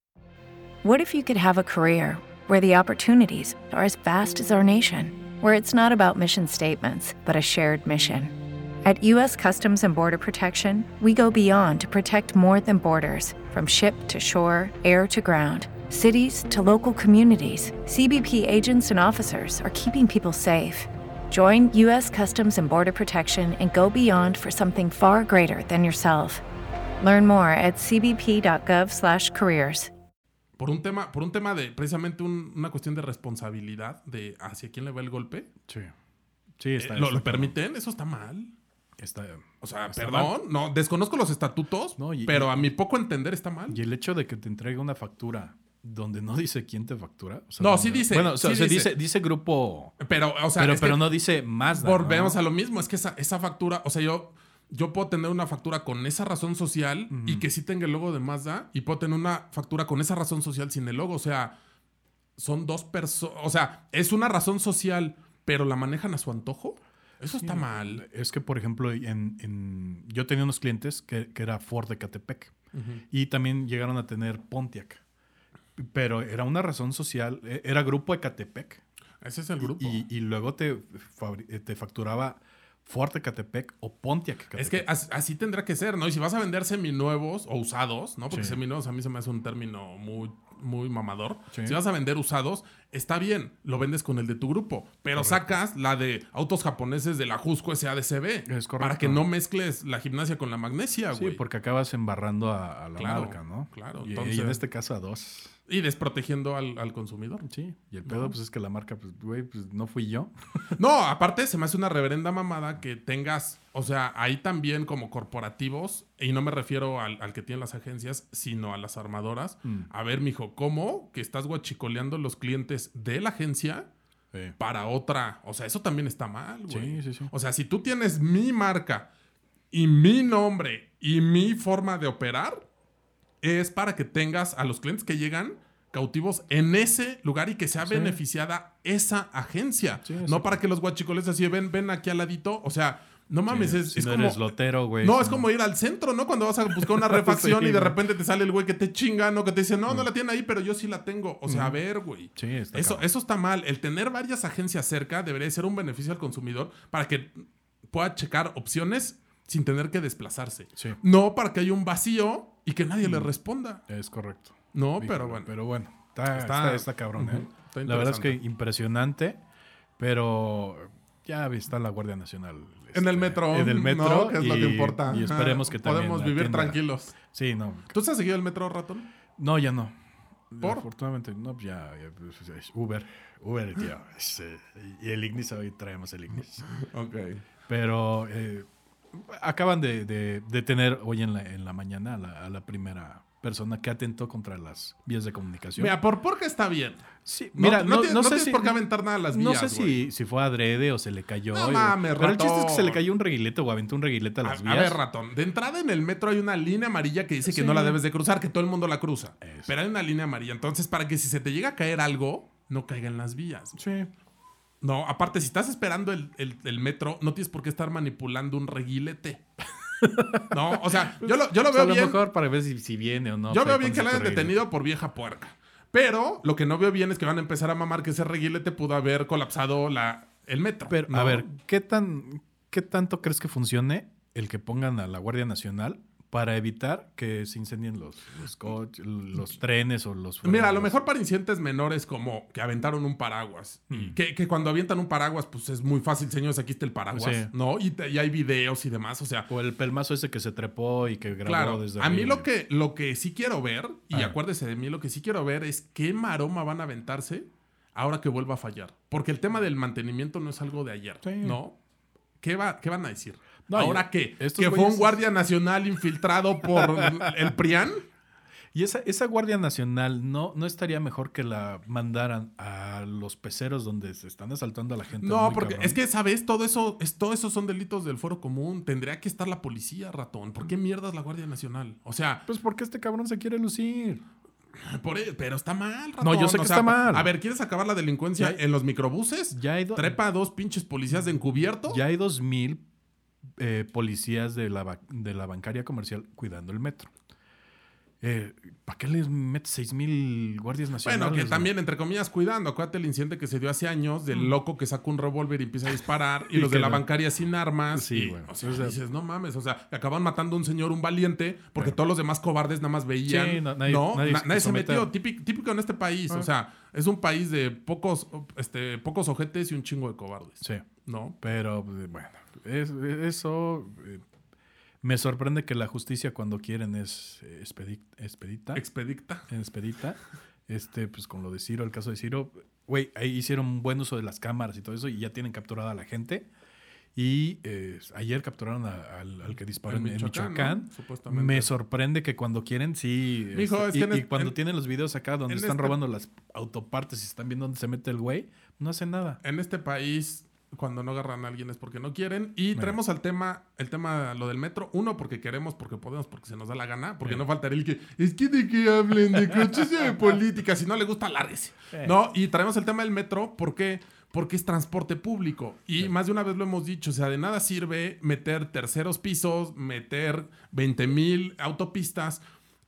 Speaker 5: What if you could have a career where the opportunities are as vast as our nation, where it's not about mission statements, but a shared mission? At U S Customs and Border Protection, we go beyond to protect more than borders. From ship to shore, air to ground, cities to local communities, C B P agents and officers are keeping people safe. Join U S Customs and Border Protection and go beyond for something far greater than yourself. Learn more at c b p dot gov slash careers.
Speaker 2: Por un tema, por un tema de precisamente un- una cuestión de responsabilidad de hacia quién le va el golpe.
Speaker 4: Sí. Sí, está.
Speaker 2: Eh, ¿Lo,
Speaker 4: está
Speaker 2: lo
Speaker 4: cabrón.
Speaker 2: permiten? Eso está mal.
Speaker 4: Está,
Speaker 2: O sea,
Speaker 4: está
Speaker 2: perdón,
Speaker 4: mal.
Speaker 2: no, desconozco los estatutos,
Speaker 4: No, y-
Speaker 2: pero
Speaker 4: y-
Speaker 2: a mi poco entender está mal.
Speaker 4: Y el hecho de que te entregue una factura donde no dice quién te factura. O sea,
Speaker 2: No,
Speaker 4: donde-
Speaker 2: sí dice,
Speaker 4: Bueno, o sea,
Speaker 2: sí
Speaker 4: se
Speaker 2: dice.
Speaker 4: dice, dice grupo.
Speaker 2: Pero, o sea,
Speaker 4: pero
Speaker 2: es
Speaker 4: pero
Speaker 2: que
Speaker 4: no dice más.
Speaker 2: volvemos a lo mismo. Es que esa, esa factura, o sea, yo, yo puedo tener una factura con esa razón social y que sí tenga el logo de Mazda, y puedo tener una factura con esa razón social sin el logo. O sea, son dos personas. O sea, es una razón social, pero la manejan a su antojo. Eso está mal.
Speaker 4: Es que, por ejemplo, en, en- yo tenía unos clientes que, que era Ford de Catepec y también llegaron a tener Pontiac. Pero era una razón social, e- era grupo Ecatepec.
Speaker 2: Ese es el grupo.
Speaker 4: Y, y luego te, fabri- te facturaba Ford Ecatepec o Pontiac Ecatepec.
Speaker 2: Es que as- así tendrá que ser, ¿no? Y si vas a vender seminuevos o usados, ¿no? Porque
Speaker 4: Sí.
Speaker 2: seminuevos a mí se me hace un término muy, muy mamador.
Speaker 4: Sí.
Speaker 2: Si vas a vender usados, está bien, lo vendes con el de tu grupo, pero
Speaker 4: Correcto.
Speaker 2: sacas la de autos japoneses de la Jusco S A D C B.
Speaker 4: Es correcto.
Speaker 2: Para que no mezcles la gimnasia con la magnesia,
Speaker 4: Sí,
Speaker 2: güey.
Speaker 4: porque acabas embarrando a, a la
Speaker 2: Claro,
Speaker 4: marca, ¿no?
Speaker 2: claro,
Speaker 4: Y,
Speaker 2: entonces-
Speaker 4: y en este caso a dos.
Speaker 2: Y desprotegiendo al, al consumidor.
Speaker 4: Sí. Y el pedo,
Speaker 2: No.
Speaker 4: pues es que la marca, pues, güey, pues no fui yo.
Speaker 2: No, aparte se me hace una reverenda mamada que tengas, o sea, ahí también como corporativos, y no me refiero al, al que tienen las agencias, sino a las armadoras.
Speaker 4: Mm.
Speaker 2: A ver, mijo, ¿cómo que estás guachicoleando los clientes de la agencia
Speaker 4: Sí.
Speaker 2: para otra? O sea, eso también está mal, güey.
Speaker 4: Sí, sí, sí.
Speaker 2: O sea, si tú tienes mi marca y mi nombre y mi forma de operar, es para que tengas a los clientes que llegan cautivos en ese lugar y que sea
Speaker 4: Sí.
Speaker 2: beneficiada esa agencia.
Speaker 4: Sí,
Speaker 2: no
Speaker 4: exacto.
Speaker 2: para que los guachicoles así ven, ven aquí al ladito. O sea, no mames,
Speaker 4: Sí,
Speaker 2: es,
Speaker 4: si
Speaker 2: es
Speaker 4: no
Speaker 2: como...
Speaker 4: eres lotero, güey.
Speaker 2: No,
Speaker 4: si
Speaker 2: es como ir al centro, ¿no? Cuando vas a buscar una refacción
Speaker 4: Sí,
Speaker 2: y de
Speaker 4: güey.
Speaker 2: repente te sale el güey que te chinga, ¿no? Que te dice, no, no la tiene ahí, pero yo sí la tengo. O sea, a ver, güey.
Speaker 4: Sí, está
Speaker 2: Eso,
Speaker 4: cabrón.
Speaker 2: eso está mal. El tener varias agencias cerca debería ser un beneficio al consumidor para que pueda checar opciones sin tener que desplazarse.
Speaker 4: Sí.
Speaker 2: No para que haya un vacío y que nadie le responda.
Speaker 4: Es correcto.
Speaker 2: No,
Speaker 4: Híjole,
Speaker 2: pero bueno.
Speaker 4: Pero bueno, está,
Speaker 2: Está-
Speaker 4: está, está cabrón,
Speaker 2: Ujú,
Speaker 4: ¿eh?
Speaker 2: está
Speaker 4: La verdad es que
Speaker 2: interesante.
Speaker 4: impresionante, pero ya está la Guardia Nacional.
Speaker 2: En el
Speaker 4: este,
Speaker 2: metro.
Speaker 4: En el metro.
Speaker 2: ¿no? Que es lo que
Speaker 4: y-
Speaker 2: importa.
Speaker 4: Y esperemos que
Speaker 2: Ah,
Speaker 4: también
Speaker 2: podemos vivir
Speaker 4: atienda.
Speaker 2: tranquilos.
Speaker 4: Sí, no.
Speaker 2: ¿Tú has seguido el metro, ratón?
Speaker 4: No, ya no.
Speaker 2: ¿Por?
Speaker 4: Afortunadamente, no, pues ya, ya, pues, es Uber. Uber, tío. Es, eh, y el Ignis, hoy traemos el Ignis.
Speaker 2: Ok.
Speaker 4: Pero eh, acaban de, de, de tener hoy en la, en la mañana a la, a la primera persona que atentó contra las vías de comunicación.
Speaker 2: Mira, por por qué está bien.
Speaker 4: Sí,
Speaker 2: No,
Speaker 4: mira,
Speaker 2: no,
Speaker 4: no,
Speaker 2: tienes,
Speaker 4: no
Speaker 2: no
Speaker 4: sé
Speaker 2: tienes
Speaker 4: si,
Speaker 2: por qué aventar nada a las
Speaker 4: no
Speaker 2: vías,
Speaker 4: sé
Speaker 2: güey.
Speaker 4: si, si fue adrede o se le cayó.
Speaker 2: No
Speaker 4: y-
Speaker 2: mames,
Speaker 4: Pero el chiste es que
Speaker 2: ratón.
Speaker 4: se le cayó un reguilete o aventó un reguilete a
Speaker 2: A,
Speaker 4: las
Speaker 2: a
Speaker 4: vías.
Speaker 2: ver, ratón. De entrada en el metro hay una línea amarilla que dice que
Speaker 4: Sí.
Speaker 2: no la debes de cruzar, que todo el mundo la cruza.
Speaker 4: Eso.
Speaker 2: Pero hay una línea amarilla. Entonces, para que si se te llega a caer algo, no caiga en las vías.
Speaker 4: Sí.
Speaker 2: No, aparte, si estás esperando el, el- el metro, no tienes por qué estar manipulando un reguilete. No, o sea, yo lo, yo lo
Speaker 4: O sea,
Speaker 2: veo
Speaker 4: a lo
Speaker 2: bien.
Speaker 4: mejor para ver si, si viene o no.
Speaker 2: Yo
Speaker 4: pues,
Speaker 2: veo
Speaker 4: ahí
Speaker 2: bien que
Speaker 4: pones
Speaker 2: la
Speaker 4: tu
Speaker 2: hayan
Speaker 4: reguilete.
Speaker 2: detenido por vieja puerca. Pero lo que no veo bien es que van a empezar a mamar que ese reguilete pudo haber colapsado la, el metro.
Speaker 4: Pero,
Speaker 2: ¿no?
Speaker 4: a ver, ¿qué, tan, ¿qué tanto crees que funcione el que pongan a la Guardia Nacional para evitar que se incendien los, los, coches, los trenes o los...
Speaker 2: Mira, a lo
Speaker 4: los-
Speaker 2: mejor para incidentes menores como que aventaron un paraguas.
Speaker 4: Mm.
Speaker 2: Que, que cuando avientan un paraguas, pues es muy fácil, señores, aquí está el paraguas,
Speaker 4: Sí.
Speaker 2: ¿no? Y, te- y hay videos y demás, o sea...
Speaker 4: O el pelmazo ese que se trepó y que grabó
Speaker 2: Claro,
Speaker 4: desde
Speaker 2: a mí
Speaker 4: arriba.
Speaker 2: lo que, lo que sí quiero ver, y
Speaker 4: Ah.
Speaker 2: acuérdese de mí, lo que sí quiero ver es qué maroma van a aventarse ahora que vuelva a fallar. Porque el tema del mantenimiento no es algo de ayer,
Speaker 4: Sí.
Speaker 2: ¿no? ¿Qué, va, ¿Qué van a decir?
Speaker 4: No,
Speaker 2: ¿Ahora
Speaker 4: yo-
Speaker 2: qué?
Speaker 4: estos
Speaker 2: ¿Que fue un
Speaker 4: güeyes-
Speaker 2: guardia nacional infiltrado por el PRIAN?
Speaker 4: Y esa, esa Guardia Nacional no, no estaría mejor que la mandaran a los peceros donde se están asaltando a la gente.
Speaker 2: No,
Speaker 4: muy
Speaker 2: porque
Speaker 4: cabrón.
Speaker 2: es que, ¿sabes? Todo eso, es, todo eso son delitos del fuero común. Tendría que estar la policía, ratón. ¿Por qué mierdas la Guardia Nacional? O sea,
Speaker 4: Pues porque este cabrón se quiere lucir.
Speaker 2: por e- pero está mal, ratón.
Speaker 4: No, yo sé
Speaker 2: O
Speaker 4: que
Speaker 2: sea,
Speaker 4: está mal.
Speaker 2: A ver, ¿quieres acabar la delincuencia
Speaker 4: Ya-
Speaker 2: en los microbuses?
Speaker 4: Ya hay, do-
Speaker 2: Trepa a dos pinches policías de encubierto.
Speaker 4: ya hay dos mil eh, policías de la, ba- de la bancaria comercial cuidando el metro. Eh, ¿Para qué les metes seis mil guardias nacionales?
Speaker 2: Bueno, que
Speaker 4: güey?
Speaker 2: también, entre comillas, cuidando. Acuérdate el incidente que se dio hace años del loco que saca un revólver y empieza a disparar y
Speaker 4: Y
Speaker 2: los de
Speaker 4: que
Speaker 2: la
Speaker 4: no.
Speaker 2: bancaria sin armas.
Speaker 4: Sí,
Speaker 2: y,
Speaker 4: güey.
Speaker 2: o sea,
Speaker 4: O sea,
Speaker 2: dices, no mames. O sea, acaban matando a un señor, un valiente, porque todos los demás cobardes nada más veían.
Speaker 4: Sí, no, nadie-
Speaker 2: no,
Speaker 4: nadie
Speaker 2: na-
Speaker 4: se
Speaker 2: nadie se
Speaker 4: somete
Speaker 2: metió.
Speaker 4: a-
Speaker 2: Típico, típico en este país. O sea, es un país de pocos, este, pocos ojetes y un chingo de cobardes.
Speaker 4: Sí,
Speaker 2: ¿No?
Speaker 4: pero eh, bueno, es- eso eh, me sorprende que la justicia cuando quieren es eh, expedi- expedita.
Speaker 2: Expedicta.
Speaker 4: expedita. Este, pues con lo de Ciro, el caso de Ciro, güey, ahí hicieron buen uso de las cámaras y todo eso y ya tienen capturada a la gente. Y eh, ayer capturaron a- al, al que disparó en,
Speaker 2: En
Speaker 4: en
Speaker 2: Michoacán,
Speaker 4: Michoacán.
Speaker 2: ¿no? Supuestamente.
Speaker 4: Me sorprende que cuando quieren, sí.
Speaker 2: Mijo,
Speaker 4: este,
Speaker 2: es
Speaker 4: y,
Speaker 2: que en
Speaker 4: y
Speaker 2: es-
Speaker 4: cuando
Speaker 2: en-
Speaker 4: tienen los videos acá donde
Speaker 2: en
Speaker 4: están
Speaker 2: este-
Speaker 4: robando las autopartes y están viendo dónde se mete el güey, no hacen nada.
Speaker 2: En este país, cuando no agarran a alguien es porque no quieren. Y traemos al tema, el tema, lo del metro. Uno, porque queremos, porque podemos, porque se nos da la gana. Porque
Speaker 4: Sí.
Speaker 2: no faltaría el que, es que de que hablen de coches y de política. Si no le gusta, lárguese.
Speaker 4: Sí.
Speaker 2: No, y traemos el tema del metro, ¿por qué? Porque es transporte público. Y más de una vez lo hemos dicho, o sea, de nada sirve meter terceros pisos, meter veinte mil autopistas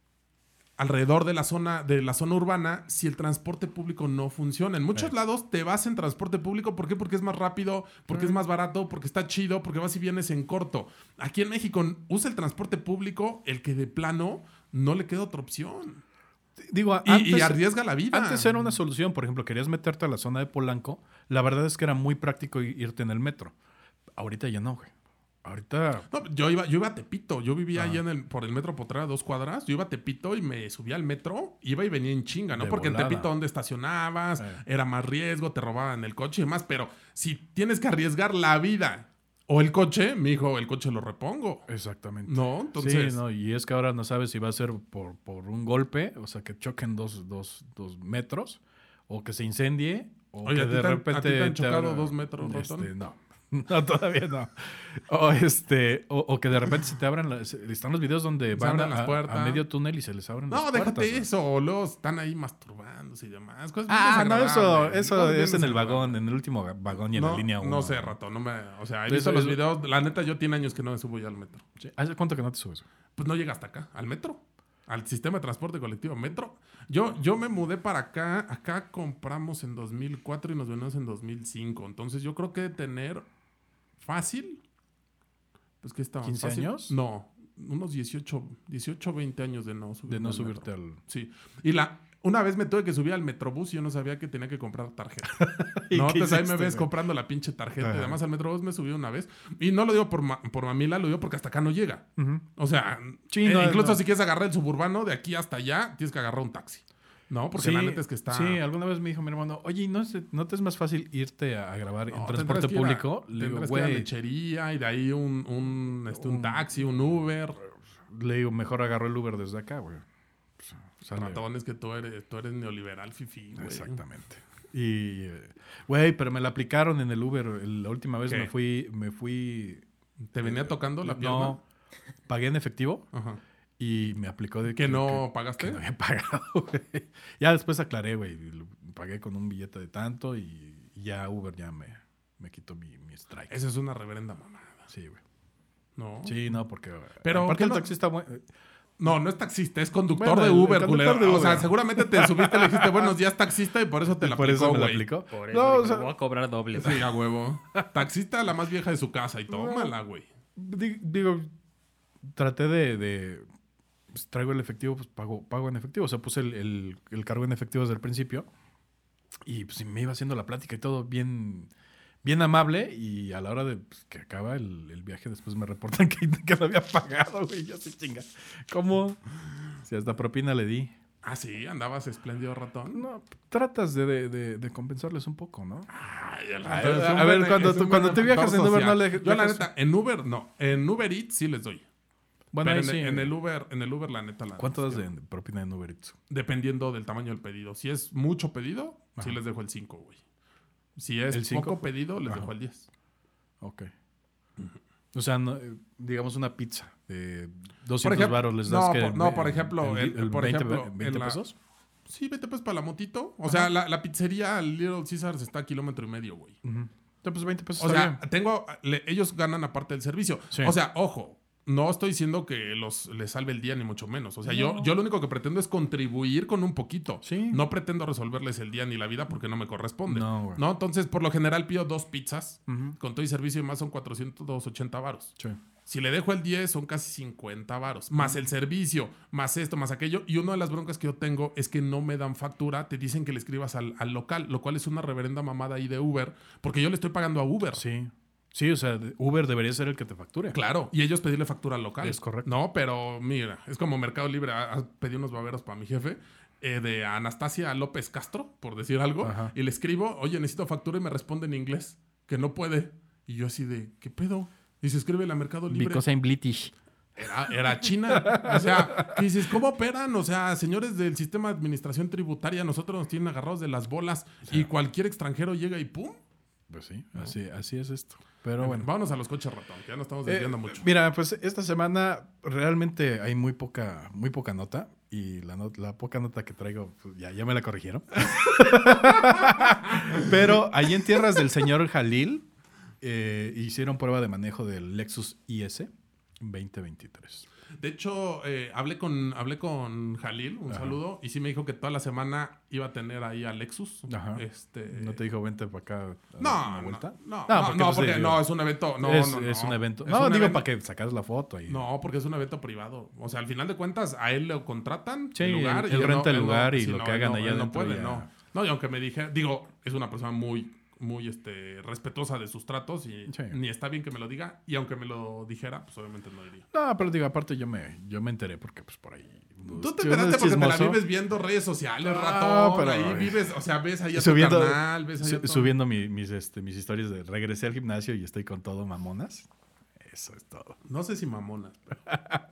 Speaker 2: alrededor de la zona de la zona urbana si el transporte público no funciona. En muchos
Speaker 4: Sí.
Speaker 2: lados te vas en transporte público, ¿por qué? Porque es más rápido, porque es más barato, porque está chido, porque vas y vienes en corto. Aquí en México usa el transporte público el que de plano no le queda otra opción.
Speaker 4: Digo,
Speaker 2: Y,
Speaker 4: antes,
Speaker 2: y arriesga la vida.
Speaker 4: antes era una solución. Por ejemplo, querías meterte a la zona de Polanco. La verdad es que era muy práctico i- irte en el metro. Ahorita ya no, güey. Ahorita.
Speaker 2: No, yo iba, yo iba a Tepito, yo vivía
Speaker 4: Ah.
Speaker 2: ahí en el, por el metro Potrera, dos cuadras, yo iba a Tepito y me subía al metro, iba y venía en chinga, ¿no?
Speaker 4: De
Speaker 2: Porque
Speaker 4: volada.
Speaker 2: en Tepito donde estacionabas,
Speaker 4: Eh.
Speaker 2: era más riesgo, te robaban el coche y demás, pero si tienes que arriesgar la vida o el coche, mi hijo, el coche lo repongo.
Speaker 4: Exactamente.
Speaker 2: No, entonces...
Speaker 4: Sí, no, y es que ahora no sabes si va a ser por, por un golpe, o sea, que choquen dos, dos, dos metros, o que se incendie, o
Speaker 2: Oye,
Speaker 4: que
Speaker 2: ¿a ti
Speaker 4: de
Speaker 2: te han-
Speaker 4: repente...
Speaker 2: a ti te han chocado
Speaker 4: abra-
Speaker 2: dos metros, ratón?
Speaker 4: Este, no. No, todavía no. O, este, o, o que de repente se te abran... las- están los videos donde van
Speaker 2: abren
Speaker 4: a,
Speaker 2: las puertas.
Speaker 4: a medio túnel y se les abren las
Speaker 2: No,
Speaker 4: puertas.
Speaker 2: déjate
Speaker 4: güey.
Speaker 2: eso, o luego están ahí masturbándose y demás. Cosas bien
Speaker 4: Ah, no, eso,
Speaker 2: desagradables,
Speaker 4: eso
Speaker 2: cosas bien
Speaker 4: es en el
Speaker 2: desagradables.
Speaker 4: vagón, en el último vagón y en
Speaker 2: no,
Speaker 4: la línea uno.
Speaker 2: No sé, rato, no me... O sea, he
Speaker 4: Eso-
Speaker 2: visto los
Speaker 4: eso-
Speaker 2: videos, la neta, yo tiene años que no me subo ya al metro.
Speaker 4: Sí. ¿Hace cuánto que no te subes?
Speaker 2: Pues no llega hasta acá, al metro, al sistema de transporte colectivo metro. Yo, yo me mudé para acá, acá compramos en dos mil cuatro y nos venimos en dos mil cinco. Entonces yo creo que de tener fácil, pues que estaba
Speaker 4: ¿quince
Speaker 2: fácil.
Speaker 4: años?
Speaker 2: No, unos dieciocho, dieciocho, veinte años de no subir.
Speaker 4: De no subirte al...
Speaker 2: Sí. Y la una vez me tuve que subir al Metrobús y yo no sabía que tenía que comprar tarjeta.
Speaker 4: ¿Y
Speaker 2: No,
Speaker 4: qué
Speaker 2: entonces ahí me
Speaker 4: hiciste,
Speaker 2: ves
Speaker 4: güey?
Speaker 2: comprando la pinche tarjeta.
Speaker 4: Ajá.
Speaker 2: Y además al Metrobús me subí una vez. Y no lo digo por, ma- por mamila, lo digo porque hasta acá no llega.
Speaker 4: Ujú.
Speaker 2: O sea,
Speaker 4: Sí,
Speaker 2: eh,
Speaker 4: no,
Speaker 2: incluso
Speaker 4: no.
Speaker 2: si quieres agarrar el suburbano de aquí hasta allá, tienes que agarrar un taxi. No, porque
Speaker 4: Sí,
Speaker 2: la neta es que está...
Speaker 4: Sí, alguna vez me dijo mi hermano, oye, ¿no, es- ¿no te es más fácil irte a, a grabar
Speaker 2: No,
Speaker 4: en
Speaker 2: tendrás
Speaker 4: transporte
Speaker 2: que ir a-
Speaker 4: público? Le digo,
Speaker 2: tendrás que ir a
Speaker 4: güey,
Speaker 2: lechería y de ahí un, un, este, un
Speaker 4: Un-
Speaker 2: taxi, un Uber.
Speaker 4: le digo, mejor agarro el Uber desde acá, güey. Sale-
Speaker 2: Ratón, es que tú eres, tú eres neoliberal, fifi, güey.
Speaker 4: Exactamente. Y, eh, güey, pero me la aplicaron en el Uber. La última vez
Speaker 2: ¿Qué?
Speaker 4: me fui, me fui...
Speaker 2: ¿Te venía
Speaker 4: eh,
Speaker 2: tocando la pierna?
Speaker 4: No, pagué en efectivo
Speaker 2: Ajá.
Speaker 4: y me aplicó de
Speaker 2: ¿Que no pagaste?
Speaker 4: Que no había pagado, güey. Ya después aclaré, güey. lo Pagué con un billete de tanto y ya Uber ya me, me quitó mi, mi strike.
Speaker 2: Esa es una reverenda mamada.
Speaker 4: Sí, güey.
Speaker 2: No.
Speaker 4: Sí, no, porque...
Speaker 2: Pero,
Speaker 4: aparte
Speaker 2: ¿qué
Speaker 4: el
Speaker 2: no?
Speaker 4: taxista... güey,
Speaker 2: No, no es taxista, es conductor
Speaker 4: Bueno,
Speaker 2: de
Speaker 4: el
Speaker 2: Uber,
Speaker 4: conductor
Speaker 2: culero.
Speaker 4: de
Speaker 2: O sea,
Speaker 4: Uber.
Speaker 2: seguramente te subiste y le dijiste, buenos días, taxista, y por eso te la
Speaker 4: por
Speaker 2: aplicó,
Speaker 4: eso me la
Speaker 2: güey.
Speaker 4: aplicó.
Speaker 3: Por eso
Speaker 4: No,
Speaker 3: digo,
Speaker 4: o sea,
Speaker 3: voy a cobrar doble.
Speaker 2: Sí, a huevo. Taxista, la más vieja de su casa, y tómala, güey.
Speaker 4: di- digo, traté de... de pues, traigo el efectivo, pues pago, pago en efectivo. O sea, puse el, el, el cargo en efectivo desde el principio. Y pues me iba haciendo la plática y todo bien... Bien amable, y a la hora de pues, que acaba el, el viaje, después me reportan que, que no había pagado, güey. Yo así, chinga. ¿Cómo? Si hasta propina le di.
Speaker 2: Ah, sí, andabas espléndido, ratón.
Speaker 4: No, tratas de, de, de, de compensarles un poco, ¿no?
Speaker 2: Ay, el
Speaker 4: A
Speaker 2: ratón
Speaker 4: ver,
Speaker 2: es un
Speaker 4: a ver,
Speaker 2: buen-
Speaker 4: cuando
Speaker 2: es
Speaker 4: tú-
Speaker 2: un
Speaker 4: cuando
Speaker 2: buen
Speaker 4: tú viajas
Speaker 2: factor
Speaker 4: en Uber, no
Speaker 2: social.
Speaker 4: le-
Speaker 2: Yo, la
Speaker 4: dejas-
Speaker 2: neta, en Uber no. En Uber Eats sí les doy.
Speaker 4: Bueno,
Speaker 2: Pero
Speaker 4: ahí
Speaker 2: en,
Speaker 4: sí.
Speaker 2: en el Uber, en el Uber, la neta, la
Speaker 4: ¿Cuánto das
Speaker 2: es
Speaker 4: de
Speaker 2: que
Speaker 4: propina en Uber Eats?
Speaker 2: Dependiendo del tamaño del pedido. Si es mucho pedido, sí
Speaker 4: Ajá.
Speaker 2: les dejo el cinco, güey. Si es
Speaker 4: ¿El cinco?
Speaker 2: poco pedido, les
Speaker 4: Ajá.
Speaker 2: dejo el diez.
Speaker 4: Ok. O sea, no, eh, digamos una pizza de
Speaker 2: Por
Speaker 4: doscientos
Speaker 2: ejemplo-
Speaker 4: varos les das
Speaker 2: no,
Speaker 4: que
Speaker 2: por- no, por ejemplo,
Speaker 4: el,
Speaker 2: el-
Speaker 4: el
Speaker 2: por
Speaker 4: veinte,
Speaker 2: ejemplo,
Speaker 4: veinte
Speaker 2: en la-
Speaker 4: pesos.
Speaker 2: Sí, vete pues para la motito. O sea, la, la pizzería Little Caesars está a kilómetro y medio, güey.
Speaker 4: Ujú. Entonces, pues veinte pesos
Speaker 2: O
Speaker 4: está
Speaker 2: sea,
Speaker 4: bien.
Speaker 2: tengo, le- ellos ganan aparte del servicio.
Speaker 4: Sí.
Speaker 2: O sea, ojo, no estoy diciendo que los les salve el día ni mucho menos. O sea, yo, yo lo único que pretendo es contribuir con un poquito.
Speaker 4: Sí.
Speaker 2: No pretendo resolverles el día ni la vida porque no me corresponde.
Speaker 4: No, güey.
Speaker 2: No, entonces por lo general pido dos pizzas.
Speaker 4: Ujú.
Speaker 2: Con todo y servicio y más son cuatrocientos ochenta varos.
Speaker 4: Sí.
Speaker 2: Si le dejo el diez, son casi cincuenta varos. Más el servicio, más esto, más aquello. Y una de las broncas que yo tengo es que no me dan factura. Te dicen que le escribas al, al local, lo cual es una reverenda mamada ahí de Uber. Porque yo le estoy pagando a Uber.
Speaker 4: Sí. Sí, o sea, Uber debería ser el que te facture.
Speaker 2: Claro. Y ellos pedirle factura al local.
Speaker 4: Es correcto.
Speaker 2: No, pero mira, es como Mercado Libre. a- a- Pedí unos baberos para mi jefe. eh, de Anastasia López Castro, por decir algo.
Speaker 4: Ajá.
Speaker 2: Y le escribo, oye, necesito factura. Y me responde en inglés que no puede. Y yo así de, ¿qué pedo? Y se escribe la Mercado Libre.
Speaker 3: Because I'm British.
Speaker 2: Era, era China. O sea, ¿qué dices? ¿Cómo operan? O sea, señores del sistema de administración tributaria, nosotros nos tienen agarrados de las bolas y cualquier extranjero llega y ¡pum!
Speaker 4: Pues sí, así, así es esto. Pero bueno.
Speaker 2: Vámonos a los coches ratón, que ya nos estamos
Speaker 4: Eh,
Speaker 2: desviando mucho.
Speaker 4: Mira, pues esta semana realmente hay muy poca, muy poca nota. Y la, not- la poca nota que traigo, pues, ya, ya me la corrigieron. Pero allí en tierras del señor Jalil eh, hicieron prueba de manejo del Lexus I S veinte veintitrés.
Speaker 2: De hecho, eh, hablé con hablé con Jalil, un
Speaker 4: Ajá.
Speaker 2: saludo, y sí me dijo que toda la semana iba a tener ahí a Lexus.
Speaker 4: Ajá.
Speaker 2: Este,
Speaker 4: ¿No te dijo vente para acá a dar
Speaker 2: no,
Speaker 4: una
Speaker 2: no,
Speaker 4: vuelta?
Speaker 2: no,
Speaker 4: No,
Speaker 2: no,
Speaker 4: porque,
Speaker 2: no,
Speaker 4: pues,
Speaker 2: porque
Speaker 4: digo,
Speaker 2: no, es un evento. No,
Speaker 4: es,
Speaker 2: no, no.
Speaker 4: es un evento.
Speaker 2: Es
Speaker 4: No,
Speaker 2: un
Speaker 4: digo
Speaker 2: evento-
Speaker 4: para que sacas la foto ahí.
Speaker 2: No, porque es un evento privado. O sea, al final de cuentas, a él le contratan
Speaker 4: Sí,
Speaker 2: el lugar.
Speaker 4: él-
Speaker 2: y
Speaker 4: él renta el
Speaker 2: no-
Speaker 4: lugar y
Speaker 2: sí,
Speaker 4: lo
Speaker 2: no,
Speaker 4: que
Speaker 2: él
Speaker 4: hagan
Speaker 2: no-
Speaker 4: allá
Speaker 2: él no
Speaker 4: adentro
Speaker 2: puede,
Speaker 4: ya-
Speaker 2: no. No, y aunque me dije, digo, es una persona muy, muy este, respetuosa de sus tratos y
Speaker 4: Sí.
Speaker 2: ni está bien que me lo diga. Y aunque me lo dijera, pues obviamente no diría.
Speaker 4: No, pero digo, aparte yo me, yo me enteré porque pues por ahí...
Speaker 2: Tú te
Speaker 4: si uno
Speaker 2: enteraste
Speaker 4: es
Speaker 2: porque te la
Speaker 4: chismoso,
Speaker 2: vives viendo redes sociales,
Speaker 4: Ah,
Speaker 2: ratón.
Speaker 4: pero-
Speaker 2: ahí vives, o sea, ves ahí a tu
Speaker 4: subiendo,
Speaker 2: carnal, ves ahí a
Speaker 4: su-
Speaker 2: tu-
Speaker 4: subiendo mi- mis, este, mis historias de regresé al gimnasio y estoy con todo mamonas. Eso es todo.
Speaker 2: No sé si mamonas. pero-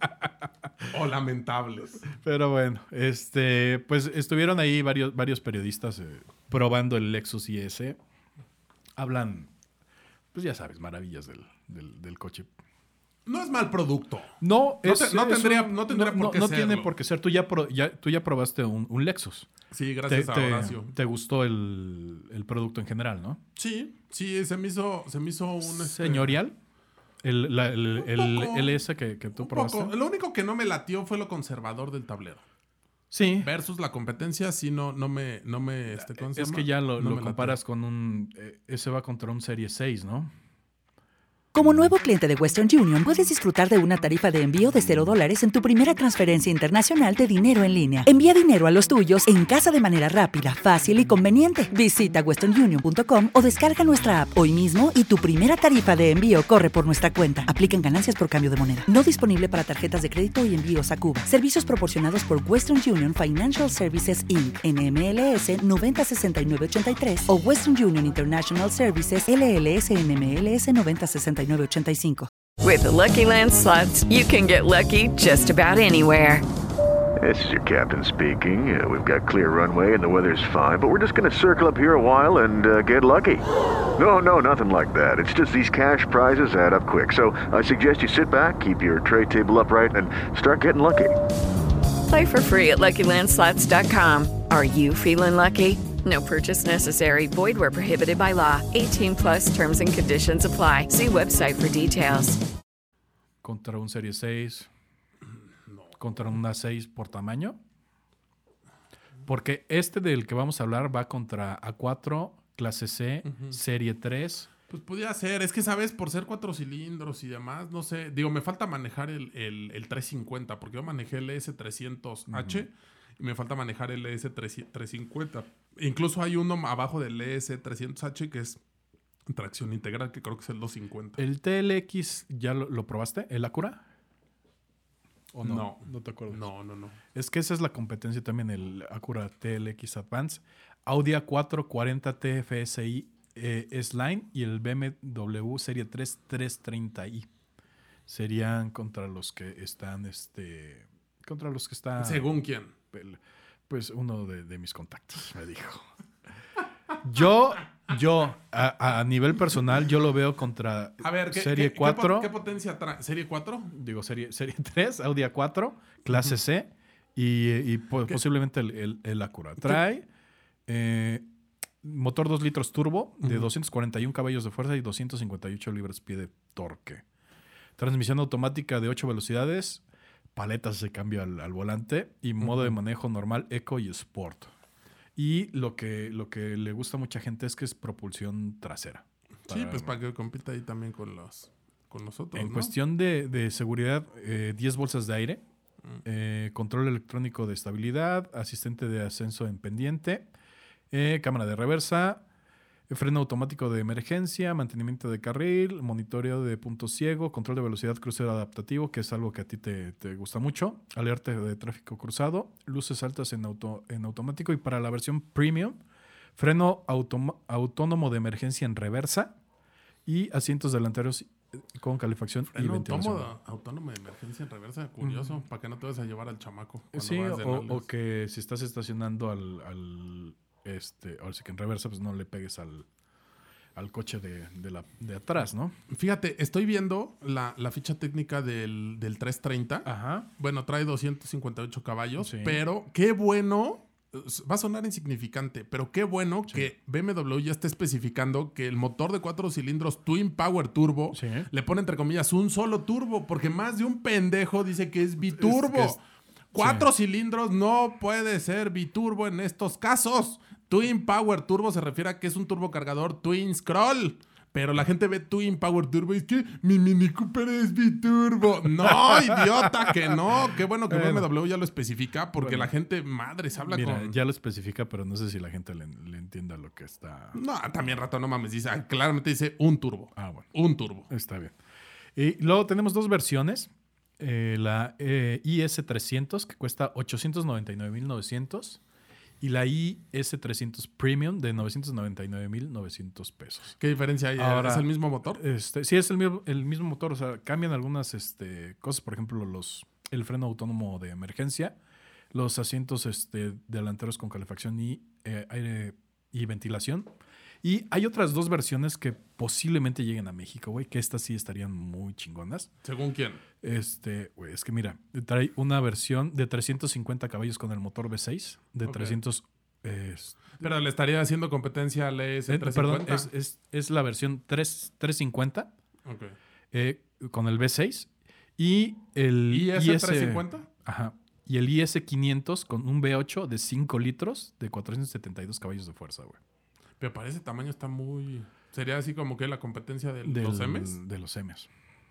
Speaker 2: o lamentables.
Speaker 4: Pero bueno, este, pues estuvieron ahí varios, varios periodistas eh, probando el Lexus I S. Hablan, pues ya sabes, maravillas del, del, del coche.
Speaker 2: No es mal producto.
Speaker 4: No,
Speaker 2: No
Speaker 4: es-
Speaker 2: te- no
Speaker 4: es
Speaker 2: tendría-
Speaker 4: un-
Speaker 2: no tendría por qué
Speaker 4: no tiene
Speaker 2: serlo.
Speaker 4: por qué ser. Tú ya, pro- ya- tú ya probaste un, un Lexus.
Speaker 2: Sí,
Speaker 4: Te,
Speaker 2: gracias a
Speaker 4: te-
Speaker 2: Horacio.
Speaker 4: te gustó el, el producto en general, ¿no?
Speaker 2: Sí, sí, se me hizo, se me hizo un... este,
Speaker 4: Señorial. El, la- el, el
Speaker 2: Un poco.
Speaker 4: L S que, que tú
Speaker 2: un
Speaker 4: probaste.
Speaker 2: poco. Lo único que no me latió fue lo conservador del tablero.
Speaker 4: Sí.
Speaker 2: Versus la competencia, sí, no, no me... No me este, ¿cómo se
Speaker 4: Es
Speaker 2: llama?
Speaker 4: que ya lo,
Speaker 2: No
Speaker 4: lo
Speaker 2: me
Speaker 4: comparas con un... eh, ese va contra un Serie seis, ¿no?
Speaker 6: Como nuevo cliente de Western Union, puedes disfrutar de una tarifa de envío de cero dólares en tu primera transferencia internacional de dinero en línea. Envía dinero a los tuyos en casa de manera rápida, fácil y conveniente. Visita western union punto com o descarga nuestra app hoy mismo y tu primera tarifa de envío corre por nuestra cuenta. Aplican ganancias por cambio de moneda. No disponible para tarjetas de crédito y envíos a Cuba. Servicios proporcionados por Western Union Financial Services Incorporated. N M L S noventa sesenta y nueve ochenta y tres o Western Union International Services L L S N M L S noventa sesenta y nueve ochenta y cinco.
Speaker 7: With the Lucky Land Slots, you can get lucky just about anywhere. This is your captain speaking. Uh, we've got clear runway and the weather's fine, but we're just going to circle up here a while and uh, get lucky. No, no, nothing like that. It's just these cash prizes add up quick. So I suggest you sit back, keep your tray table upright, and start getting lucky.
Speaker 8: Play for free at Lucky Land Slots dot com. Are you feeling lucky? No purchase necessary. Void where prohibited by law. eighteen plus terms and conditions apply. See website for details.
Speaker 4: Contra un Serie seis. Contra una seis por tamaño. Porque este del que vamos a hablar va contra A cuatro, clase C, uh-huh. Serie tres.
Speaker 2: Pues podría ser. Es que, ¿sabes? Por ser cuatro cilindros y demás, no sé. Digo, me falta manejar el, el, el trescientos cincuenta, porque yo manejé el E S trescientos H uh-huh. y me falta manejar el E S trescientos cincuenta. Incluso hay uno abajo del E S trescientos H que es tracción integral, que creo que es el doscientos cincuenta.
Speaker 4: ¿El T L X ya lo, lo probaste? ¿El Acura?
Speaker 2: ¿O no? No.
Speaker 4: No te acuerdas.
Speaker 2: No, no, no.
Speaker 4: Es que esa es la competencia también, el Acura T L X Advance. Audi A cuatro cuarenta T F S I eh, S-Line y el B M W Serie tres trescientos treinta i. Serían contra los que están, este... Contra los que están...
Speaker 2: ¿Según quién?
Speaker 4: Pues uno de, de mis contactos me dijo. Yo... Yo, a, a nivel personal, yo lo veo contra
Speaker 2: a ver, ¿qué,
Speaker 4: Serie
Speaker 2: qué,
Speaker 4: cuatro.
Speaker 2: ¿Qué, qué potencia trae? ¿Serie cuatro?
Speaker 4: Digo, Serie, serie tres, Audi A cuatro, clase uh-huh. C y, y po- posiblemente el, el, el Acura. Trae eh, motor dos litros turbo de uh-huh. doscientos cuarenta y uno caballos de fuerza y doscientos cincuenta y ocho libras-pie de torque. Transmisión automática de ocho velocidades, paletas de cambio al, al volante y uh-huh. modo de manejo normal, Eco y Sport. Y lo que, lo que le gusta a mucha gente es que es propulsión trasera.
Speaker 2: Para, sí, pues para que compita ahí también con los con nosotros,
Speaker 4: En
Speaker 2: ¿no?
Speaker 4: cuestión de, de seguridad, eh, diez bolsas de aire, mm. eh, control electrónico de estabilidad, asistente de ascenso en pendiente, eh, cámara de reversa, freno automático de emergencia, mantenimiento de carril, monitoreo de punto ciego, control de velocidad crucero adaptativo, que es algo que a ti te, te gusta mucho, alerta de tráfico cruzado, luces altas en, auto, en automático y para la versión premium, freno autom- autónomo de emergencia en reversa y asientos delanteros con calefacción
Speaker 2: freno
Speaker 4: y ventilación.
Speaker 2: Autónomo, autónomo de emergencia en reversa, curioso, mm. para que no te vayas a llevar al chamaco.
Speaker 4: Sí, o, o que si estás estacionando al... al Este, ahora sí que en reversa, pues no le pegues al, al coche de, de, la, de atrás, ¿no?
Speaker 2: Fíjate, estoy viendo la, la ficha técnica del, del trescientos treinta.
Speaker 4: Ajá.
Speaker 2: Bueno, trae doscientos cincuenta y ocho caballos,
Speaker 4: sí.
Speaker 2: pero qué bueno, va a sonar insignificante, pero qué bueno sí. que B M W ya está especificando que el motor de cuatro cilindros Twin Power Turbo
Speaker 4: sí.
Speaker 2: le pone entre comillas un solo turbo, porque más de un pendejo dice que es biturbo. Es, es, Cuatro sí. cilindros no puede ser biturbo en estos casos. Twin Power Turbo se refiere a que es un turbocargador Twin Scroll. Pero la gente ve Twin Power Turbo y es que mi Mini Cooper es biturbo. No, idiota, que no. Qué bueno que bueno. B M W ya lo especifica porque bueno, la gente, madre, se habla
Speaker 4: mira,
Speaker 2: con...
Speaker 4: ya lo especifica, pero no sé si la gente le, le entienda lo que está...
Speaker 2: No, también rato, no mames. Dice, claramente dice un turbo.
Speaker 4: Ah, bueno.
Speaker 2: Un turbo.
Speaker 4: Está bien. Y luego tenemos dos versiones. Eh, la eh, I S trescientos, que cuesta ochocientos noventa y nueve mil novecientos. Y la I S trescientos Premium de novecientos noventa y nueve mil novecientos pesos.
Speaker 2: ¿Qué diferencia hay? Ahora, ¿es el mismo motor?
Speaker 4: Este, sí, es el mismo, el mismo motor. O sea, cambian algunas este, cosas. Por ejemplo, los, el freno autónomo de emergencia, los asientos este, delanteros con calefacción y eh, aire y ventilación. Y hay otras dos versiones que posiblemente lleguen a México, güey, que estas sí estarían muy chingonas.
Speaker 2: ¿Según quién?
Speaker 4: Este, güey, es que mira, trae una versión de trescientos cincuenta caballos con el motor V seis, de okay. trescientos... Eh,
Speaker 2: Pero le estaría haciendo competencia al E S trescientos cincuenta.
Speaker 4: Eh, perdón, es, es, es la versión trescientos cincuenta
Speaker 2: okay.
Speaker 4: eh, con el V seis y el
Speaker 2: ¿I S trescientos cincuenta?
Speaker 4: Ajá. Y el I S quinientos con un V ocho de cinco litros de cuatrocientos setenta y dos caballos de fuerza, güey.
Speaker 2: Pero para ese tamaño está muy... Sería así como que la competencia de
Speaker 4: del,
Speaker 2: los M's.
Speaker 4: De los M's.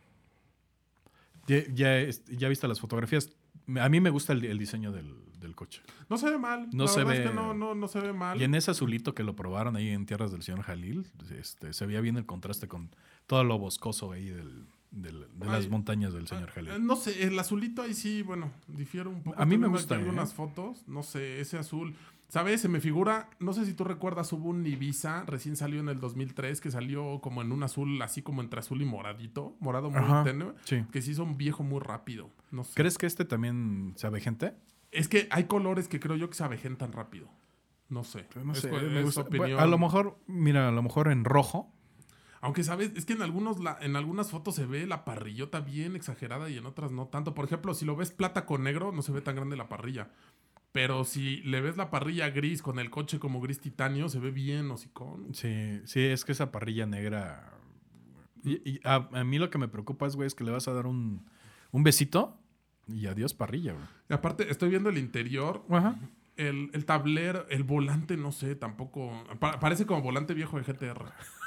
Speaker 4: Ya, ya, ya viste las fotografías. A mí me gusta el, el diseño del, del coche.
Speaker 2: No se ve mal.
Speaker 4: No
Speaker 2: la
Speaker 4: se ve.
Speaker 2: Es que no, no, no se ve mal.
Speaker 4: Y en ese azulito que lo probaron ahí en tierras del señor Jalil, este, se veía bien el contraste con todo lo boscoso ahí del, del, de ay, las montañas del señor Jalil.
Speaker 2: No sé, el azulito ahí sí, bueno, difiere un poco.
Speaker 4: A mí me gusta.
Speaker 2: Algunas
Speaker 4: ¿eh?
Speaker 2: fotos, no sé, ese azul... ¿Sabes? Se me figura, no sé si tú recuerdas, hubo un Ibiza, recién salió en el dos mil tres, que salió como en un azul, así como entre azul y moradito, morado muy tenue,
Speaker 4: sí.
Speaker 2: que se hizo un viejo muy rápido. No sé.
Speaker 4: ¿Crees que este también sabe gente?
Speaker 2: Es que hay colores que creo yo que se avejentan rápido. No sé.
Speaker 4: No
Speaker 2: es,
Speaker 4: sé,
Speaker 2: es
Speaker 4: me gusta.
Speaker 2: opinión.
Speaker 4: A lo mejor, mira, a lo mejor en rojo.
Speaker 2: Aunque, ¿sabes? Es que en, algunos la, en algunas fotos se ve la parrillota bien exagerada y en otras no tanto. Por ejemplo, si lo ves plata con negro, no se ve tan grande la parrilla. Pero si le ves la parrilla gris con el coche como gris titanio, se ve bien hocicón.
Speaker 4: Sí, sí, es que esa parrilla negra... Y, y a, a mí lo que me preocupa es, güey, es que le vas a dar un, un besito y adiós parrilla, güey.
Speaker 2: Y aparte, estoy viendo el interior.
Speaker 4: Ajá.
Speaker 2: El, el tablero, el volante, no sé, tampoco... Pa- parece como volante viejo de G T R.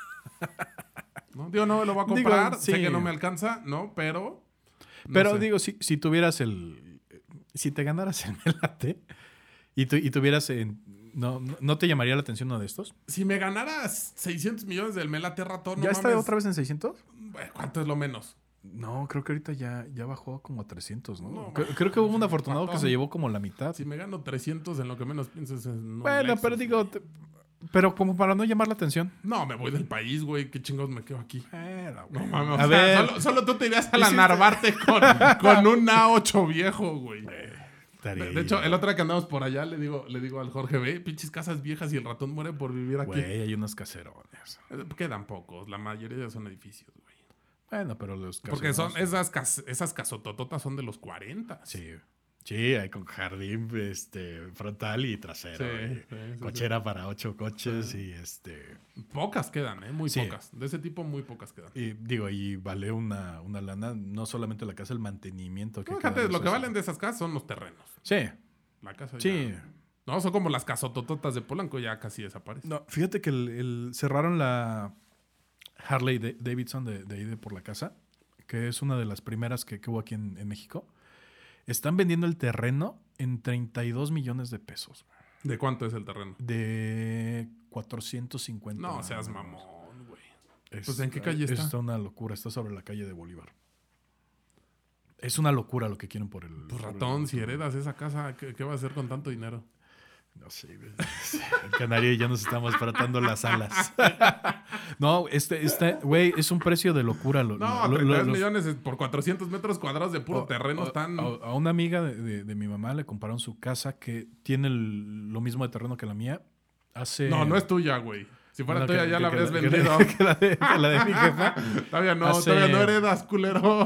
Speaker 2: ¿No? Digo, no me lo voy a comprar.
Speaker 4: Digo, sí.
Speaker 2: Sé que no me alcanza, ¿no? Pero... no
Speaker 4: Pero
Speaker 2: sé.
Speaker 4: digo, si, si tuvieras el... Si te ganaras el Melate y, tu, y tuvieras... En, no, no, ¿No te llamaría la atención uno de estos?
Speaker 2: Si me ganaras seiscientos millones del Melate ratón, no
Speaker 4: ¿Ya
Speaker 2: mames.
Speaker 4: está otra vez en seiscientos?
Speaker 2: Bueno, ¿cuánto es lo menos?
Speaker 4: No, creo que ahorita ya, ya bajó como a trescientos, ¿no?
Speaker 2: No,
Speaker 4: creo, creo que hubo un afortunado
Speaker 2: ratón.
Speaker 4: que se llevó como la mitad.
Speaker 2: Si me gano trescientos, en lo que menos pienses es... No,
Speaker 4: bueno,
Speaker 2: Lexus,
Speaker 4: pero digo...
Speaker 2: güey.
Speaker 4: te- pero como para no llamar la atención.
Speaker 2: No, me voy del país, güey. ¿Qué chingados me quedo aquí?
Speaker 4: Bueno,
Speaker 2: No
Speaker 4: güey.
Speaker 2: mames.
Speaker 4: A
Speaker 2: O sea,
Speaker 4: ver,
Speaker 2: solo, solo tú te irías a la
Speaker 4: Hiciste-
Speaker 2: Narvarte con, con un A ocho viejo, güey.
Speaker 4: estaría-
Speaker 2: De, de hecho, el otro día que andamos por allá, le digo, le digo al Jorge, ve, pinches casas viejas y el ratón muere por vivir aquí.
Speaker 4: Güey, hay unos caserones.
Speaker 2: Eh, Quedan pocos, la mayoría son edificios, güey.
Speaker 4: Bueno, pero los
Speaker 2: Porque son
Speaker 4: caserones-
Speaker 2: esas, cas- esas casotototas son de los cuarenta.
Speaker 4: Sí. Sí, hay con jardín este, frontal y trasero.
Speaker 2: Sí,
Speaker 4: güey.
Speaker 2: sí, sí,
Speaker 4: Cochera para ocho coches y este...
Speaker 2: Pocas quedan, ¿eh? Muy
Speaker 4: Sí.
Speaker 2: pocas. De ese tipo, muy pocas quedan.
Speaker 4: Y digo, y vale una, una lana, no solamente la casa, el mantenimiento que
Speaker 2: No,
Speaker 4: queda
Speaker 2: fíjate,
Speaker 4: de
Speaker 2: lo que
Speaker 4: esos-
Speaker 2: valen de esas casas son los terrenos.
Speaker 4: Sí,
Speaker 2: La casa
Speaker 4: sí.
Speaker 2: ya... No, son como las casotototas de Polanco, ya casi desaparecen.
Speaker 4: No, fíjate que el, el- cerraron la Harley Da- Davidson de, de ahí de por la casa, que es una de las primeras que, que hubo aquí en, en México. Están vendiendo el terreno en treinta y dos millones de pesos.
Speaker 2: ¿De cuánto es el terreno?
Speaker 4: De cuatrocientos cincuenta.
Speaker 2: No, seas mamón, güey.
Speaker 4: Es-
Speaker 2: Pues, ¿en qué calle está?
Speaker 4: Está una locura, está sobre la calle de Bolívar. Es una locura lo que quieren por el...
Speaker 2: Pues
Speaker 4: por el-
Speaker 2: ratón, si heredas esa casa, ¿qué, qué va a hacer con tanto dinero?
Speaker 4: No sé, güey. En Canario ya nos estamos tratando las alas. No, este, este, güey, es un precio de locura. Lo,
Speaker 2: No,
Speaker 4: lo-
Speaker 2: treinta y dos
Speaker 4: los-
Speaker 2: millones es por cuatrocientos metros cuadrados de puro
Speaker 4: o-
Speaker 2: terreno
Speaker 4: o-
Speaker 2: están...
Speaker 4: A, a una amiga de, de- de mi mamá le compraron su casa que tiene el- lo mismo de terreno que la mía. Hace...
Speaker 2: No, no es tuya, güey. Si fuera
Speaker 4: Bueno,
Speaker 2: tuya
Speaker 4: que-
Speaker 2: ya
Speaker 4: que-
Speaker 2: la
Speaker 4: que
Speaker 2: habrías
Speaker 4: que
Speaker 2: vendido.
Speaker 4: que la, de, que la de mi jefa.
Speaker 2: Todavía no,
Speaker 4: Hace-
Speaker 2: todavía no heredas, culero.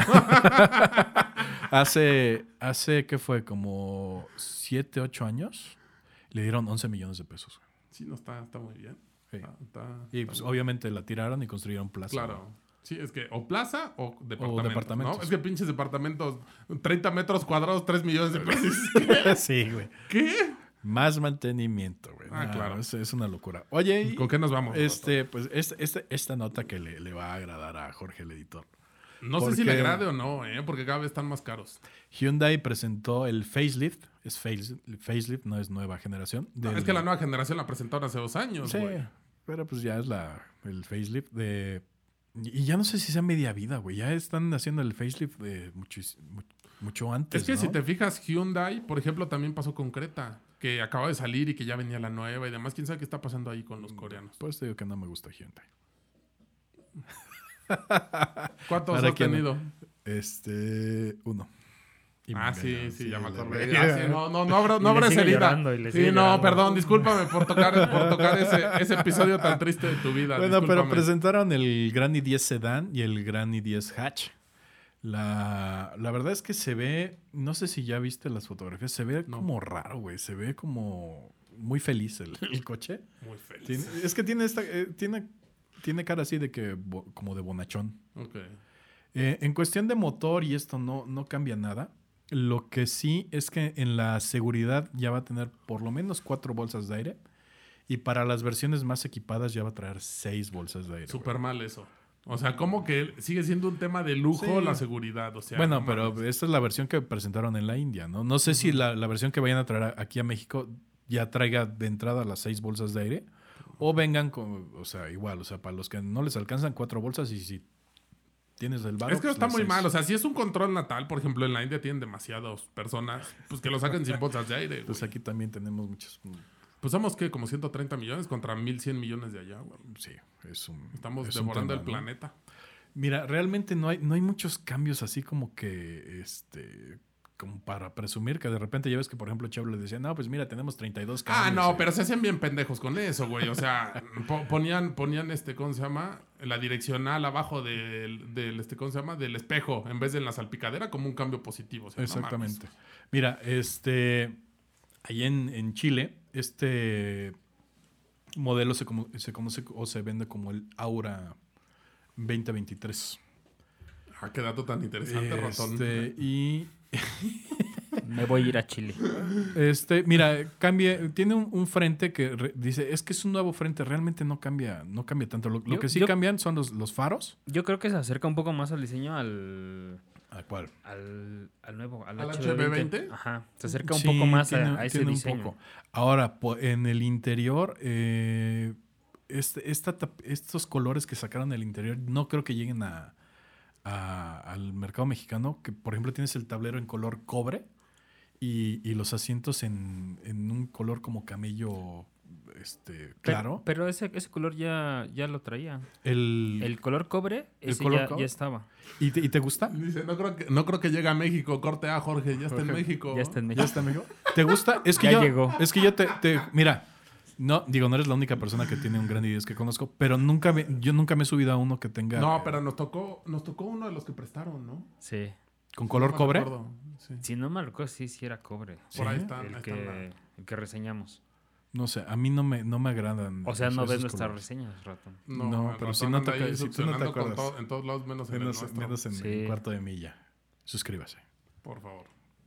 Speaker 4: Hace, hace, ¿qué fue? Como siete, ocho años. Le dieron once millones de pesos.
Speaker 2: Sí, no, está, está muy bien.
Speaker 4: Sí.
Speaker 2: Está- está-
Speaker 4: Y
Speaker 2: está
Speaker 4: pues
Speaker 2: muy-
Speaker 4: obviamente la tiraron y construyeron plaza.
Speaker 2: Claro. Sí, es que o plaza o departamentos.
Speaker 4: departamentos.
Speaker 2: ¿no? Es que pinches departamentos, treinta metros cuadrados, tres millones de pesos.
Speaker 4: Sí, güey.
Speaker 2: ¿Qué?
Speaker 4: Más mantenimiento, güey.
Speaker 2: Ah,
Speaker 4: No,
Speaker 2: claro.
Speaker 4: Es, es una locura. Oye, y-
Speaker 2: ¿Con qué nos vamos?
Speaker 4: este, pues este, este- esta nota que le, le va a agradar a Jorge, el editor.
Speaker 2: No sé si
Speaker 4: porque-
Speaker 2: le agrade o no, ¿eh? Porque cada vez están más caros.
Speaker 4: Hyundai presentó el facelift. Es face- facelift, no es nueva generación.
Speaker 2: No,
Speaker 4: del-
Speaker 2: es que la nueva generación la presentaron hace dos años,
Speaker 4: Sí,
Speaker 2: güey.
Speaker 4: pero pues ya es la, el facelift de... Y ya no sé si sea media vida, güey. Ya están haciendo el facelift de muchis- mu- mucho antes,
Speaker 2: Es que
Speaker 4: ¿no?
Speaker 2: si te fijas, Hyundai, por ejemplo, también pasó con Creta, que acaba de salir y que ya venía la nueva y demás. ¿Quién sabe qué está pasando ahí con los coreanos?
Speaker 4: Pues te digo que no me gusta Hyundai.
Speaker 2: ¿Cuántos
Speaker 4: ¿Para
Speaker 2: has
Speaker 4: quién?
Speaker 2: tenido?
Speaker 4: Este... Uno. Y
Speaker 2: Ah,
Speaker 4: me
Speaker 2: sí,
Speaker 4: engañaron,
Speaker 2: sí, ya me
Speaker 4: la
Speaker 2: acordé.
Speaker 4: verdad.
Speaker 2: Ah, sí, no, no, no abro,
Speaker 3: Y
Speaker 2: no
Speaker 3: le
Speaker 2: abres
Speaker 3: sigue
Speaker 2: herida.
Speaker 3: llorando, y le
Speaker 2: Sí,
Speaker 3: sigue
Speaker 2: no,
Speaker 3: llorando.
Speaker 2: perdón, discúlpame por tocar, por tocar ese, ese episodio tan triste de tu vida.
Speaker 4: Bueno, pero
Speaker 2: discúlpame.
Speaker 4: presentaron el Gran i diez Sedan y el Gran i diez Hatch. La, la verdad es que se ve, no sé si ya viste las fotografías, se ve
Speaker 2: No.
Speaker 4: como raro, güey. Se ve como muy feliz el, el coche.
Speaker 2: Muy feliz.
Speaker 4: Tiene- es que tiene esta, eh, tiene, tiene cara así de que, bo- como de bonachón.
Speaker 2: Ok.
Speaker 4: Eh, en cuestión de motor y esto no, no cambia nada. Lo que sí es que en la seguridad ya va a tener por lo menos cuatro bolsas de aire. Y para las versiones más equipadas ya va a traer seis bolsas de aire. güey.
Speaker 2: Súper mal eso. O sea, como que sigue siendo un tema de lujo
Speaker 4: Sí.
Speaker 2: la seguridad. O sea,
Speaker 4: Bueno,
Speaker 2: no
Speaker 4: pero
Speaker 2: mames.
Speaker 4: esta es la versión que presentaron en la India, ¿no? No sé si la, la versión que vayan a traer a- aquí a México ya traiga de entrada las seis bolsas de aire. O vengan con, o sea, igual, o sea, para los que no les alcanzan cuatro bolsas y si tienes el varo,
Speaker 2: Es que
Speaker 4: pues
Speaker 2: está
Speaker 4: las
Speaker 2: muy
Speaker 4: seis.
Speaker 2: mal. O sea, si es un control natal, por ejemplo, en la India tienen demasiadas personas, pues que lo saquen sin bolsas de aire.
Speaker 4: Pues
Speaker 2: güey.
Speaker 4: aquí también tenemos muchos.
Speaker 2: Pues somos, ¿qué? Como ciento treinta millones contra mil cien millones de allá, güey.
Speaker 4: Sí, es un.
Speaker 2: Estamos
Speaker 4: es un
Speaker 2: devorando
Speaker 4: tema,
Speaker 2: el
Speaker 4: ¿no?
Speaker 2: planeta.
Speaker 4: Mira, realmente no hay, no hay muchos cambios así como que, este, como para presumir, que de repente ya ves que, por ejemplo, Chevrolet decía, no, pues mira, tenemos treinta y dos cambios.
Speaker 2: Ah, no,
Speaker 4: eh.
Speaker 2: pero se hacían bien pendejos con eso, güey. O sea, po- ponían, ponían este, ¿cómo se llama? La direccional abajo del, del, este, ¿cómo se llama? Del espejo, en vez de en la salpicadera, como un cambio positivo. O sea, no
Speaker 4: Exactamente.
Speaker 2: mames.
Speaker 4: Mira, este, ahí en, en Chile, este modelo se, como- se conoce o se vende como el Aura veinte veintitrés.
Speaker 2: Ah, qué dato tan interesante, ratón.
Speaker 4: Este, y
Speaker 3: Me voy a ir a Chile.
Speaker 4: este, mira, cambia, tiene un, un frente que re- dice, es que es un nuevo frente, realmente no cambia, no cambia tanto. Lo, lo
Speaker 3: Yo-
Speaker 4: que sí
Speaker 3: yo-
Speaker 4: cambian son los, los faros.
Speaker 3: Yo creo que se acerca un poco más al diseño al...
Speaker 4: ¿A cuál?
Speaker 3: Al, al nuevo, al,
Speaker 2: ¿Al
Speaker 3: H
Speaker 2: H
Speaker 3: B
Speaker 2: B
Speaker 3: veinte.
Speaker 2: veinte?
Speaker 3: Ajá, se acerca un
Speaker 4: Sí,
Speaker 3: poco más
Speaker 4: tiene-
Speaker 3: a, a ese
Speaker 4: tiene un
Speaker 3: diseño.
Speaker 4: poco. Ahora, po- en el interior, eh, este, esta tap- estos colores que sacaron del interior no creo que lleguen a, a- al mercado mexicano, que por ejemplo tienes el tablero en color cobre y, y los asientos en, en un color como camello este,
Speaker 3: Pero-
Speaker 4: claro.
Speaker 3: Pero, ese, ese color ya, ya lo traía.
Speaker 4: el,
Speaker 3: El color cobre,
Speaker 4: ¿El
Speaker 3: ese
Speaker 4: color
Speaker 3: ya,
Speaker 4: cobre?
Speaker 3: ya estaba.
Speaker 4: ¿y, te, ¿Y te gusta?
Speaker 2: Dice, no creo, que, no creo que llegue a México. Corte A, Jorge. Ya está en
Speaker 4: Jorge,
Speaker 2: México.
Speaker 3: Ya está en
Speaker 4: ¿Ya
Speaker 3: México.
Speaker 4: está, amigo? ¿Te gusta? Es que
Speaker 3: Ya
Speaker 4: yo,
Speaker 3: llegó.
Speaker 4: Es que yo te, te- mira, no, digo, no eres la única persona que tiene un Gran diez que conozco, pero nunca me, yo nunca me he subido a uno que tenga
Speaker 2: No, pero nos tocó, nos tocó uno de los que prestaron, ¿no?
Speaker 3: Sí.
Speaker 4: con color
Speaker 2: No me
Speaker 4: cobre.
Speaker 2: recuerdo, sí.
Speaker 3: Si no me recuerdo, sí, sí era cobre.
Speaker 2: Por ahí
Speaker 4: ¿Sí?
Speaker 2: está.
Speaker 3: El
Speaker 2: ahí
Speaker 3: que,
Speaker 2: está la-
Speaker 3: el que reseñamos.
Speaker 4: No sé, a mí no me, no me agradan.
Speaker 3: O sea, no
Speaker 4: esos
Speaker 3: ves nuestras
Speaker 4: colores.
Speaker 3: reseñas, ratón.
Speaker 2: No,
Speaker 4: No,
Speaker 2: el
Speaker 4: pero
Speaker 2: ratón
Speaker 4: si no
Speaker 2: anda
Speaker 4: te
Speaker 2: ahí
Speaker 4: acuerdas- si tú no te
Speaker 2: succionando con
Speaker 4: acuerdas.
Speaker 2: todo- en todos lados menos en el
Speaker 4: Menos,
Speaker 2: nuestro.
Speaker 4: menos en,
Speaker 3: Sí.
Speaker 4: en cuarto de milla. Suscríbase.
Speaker 2: Por favor.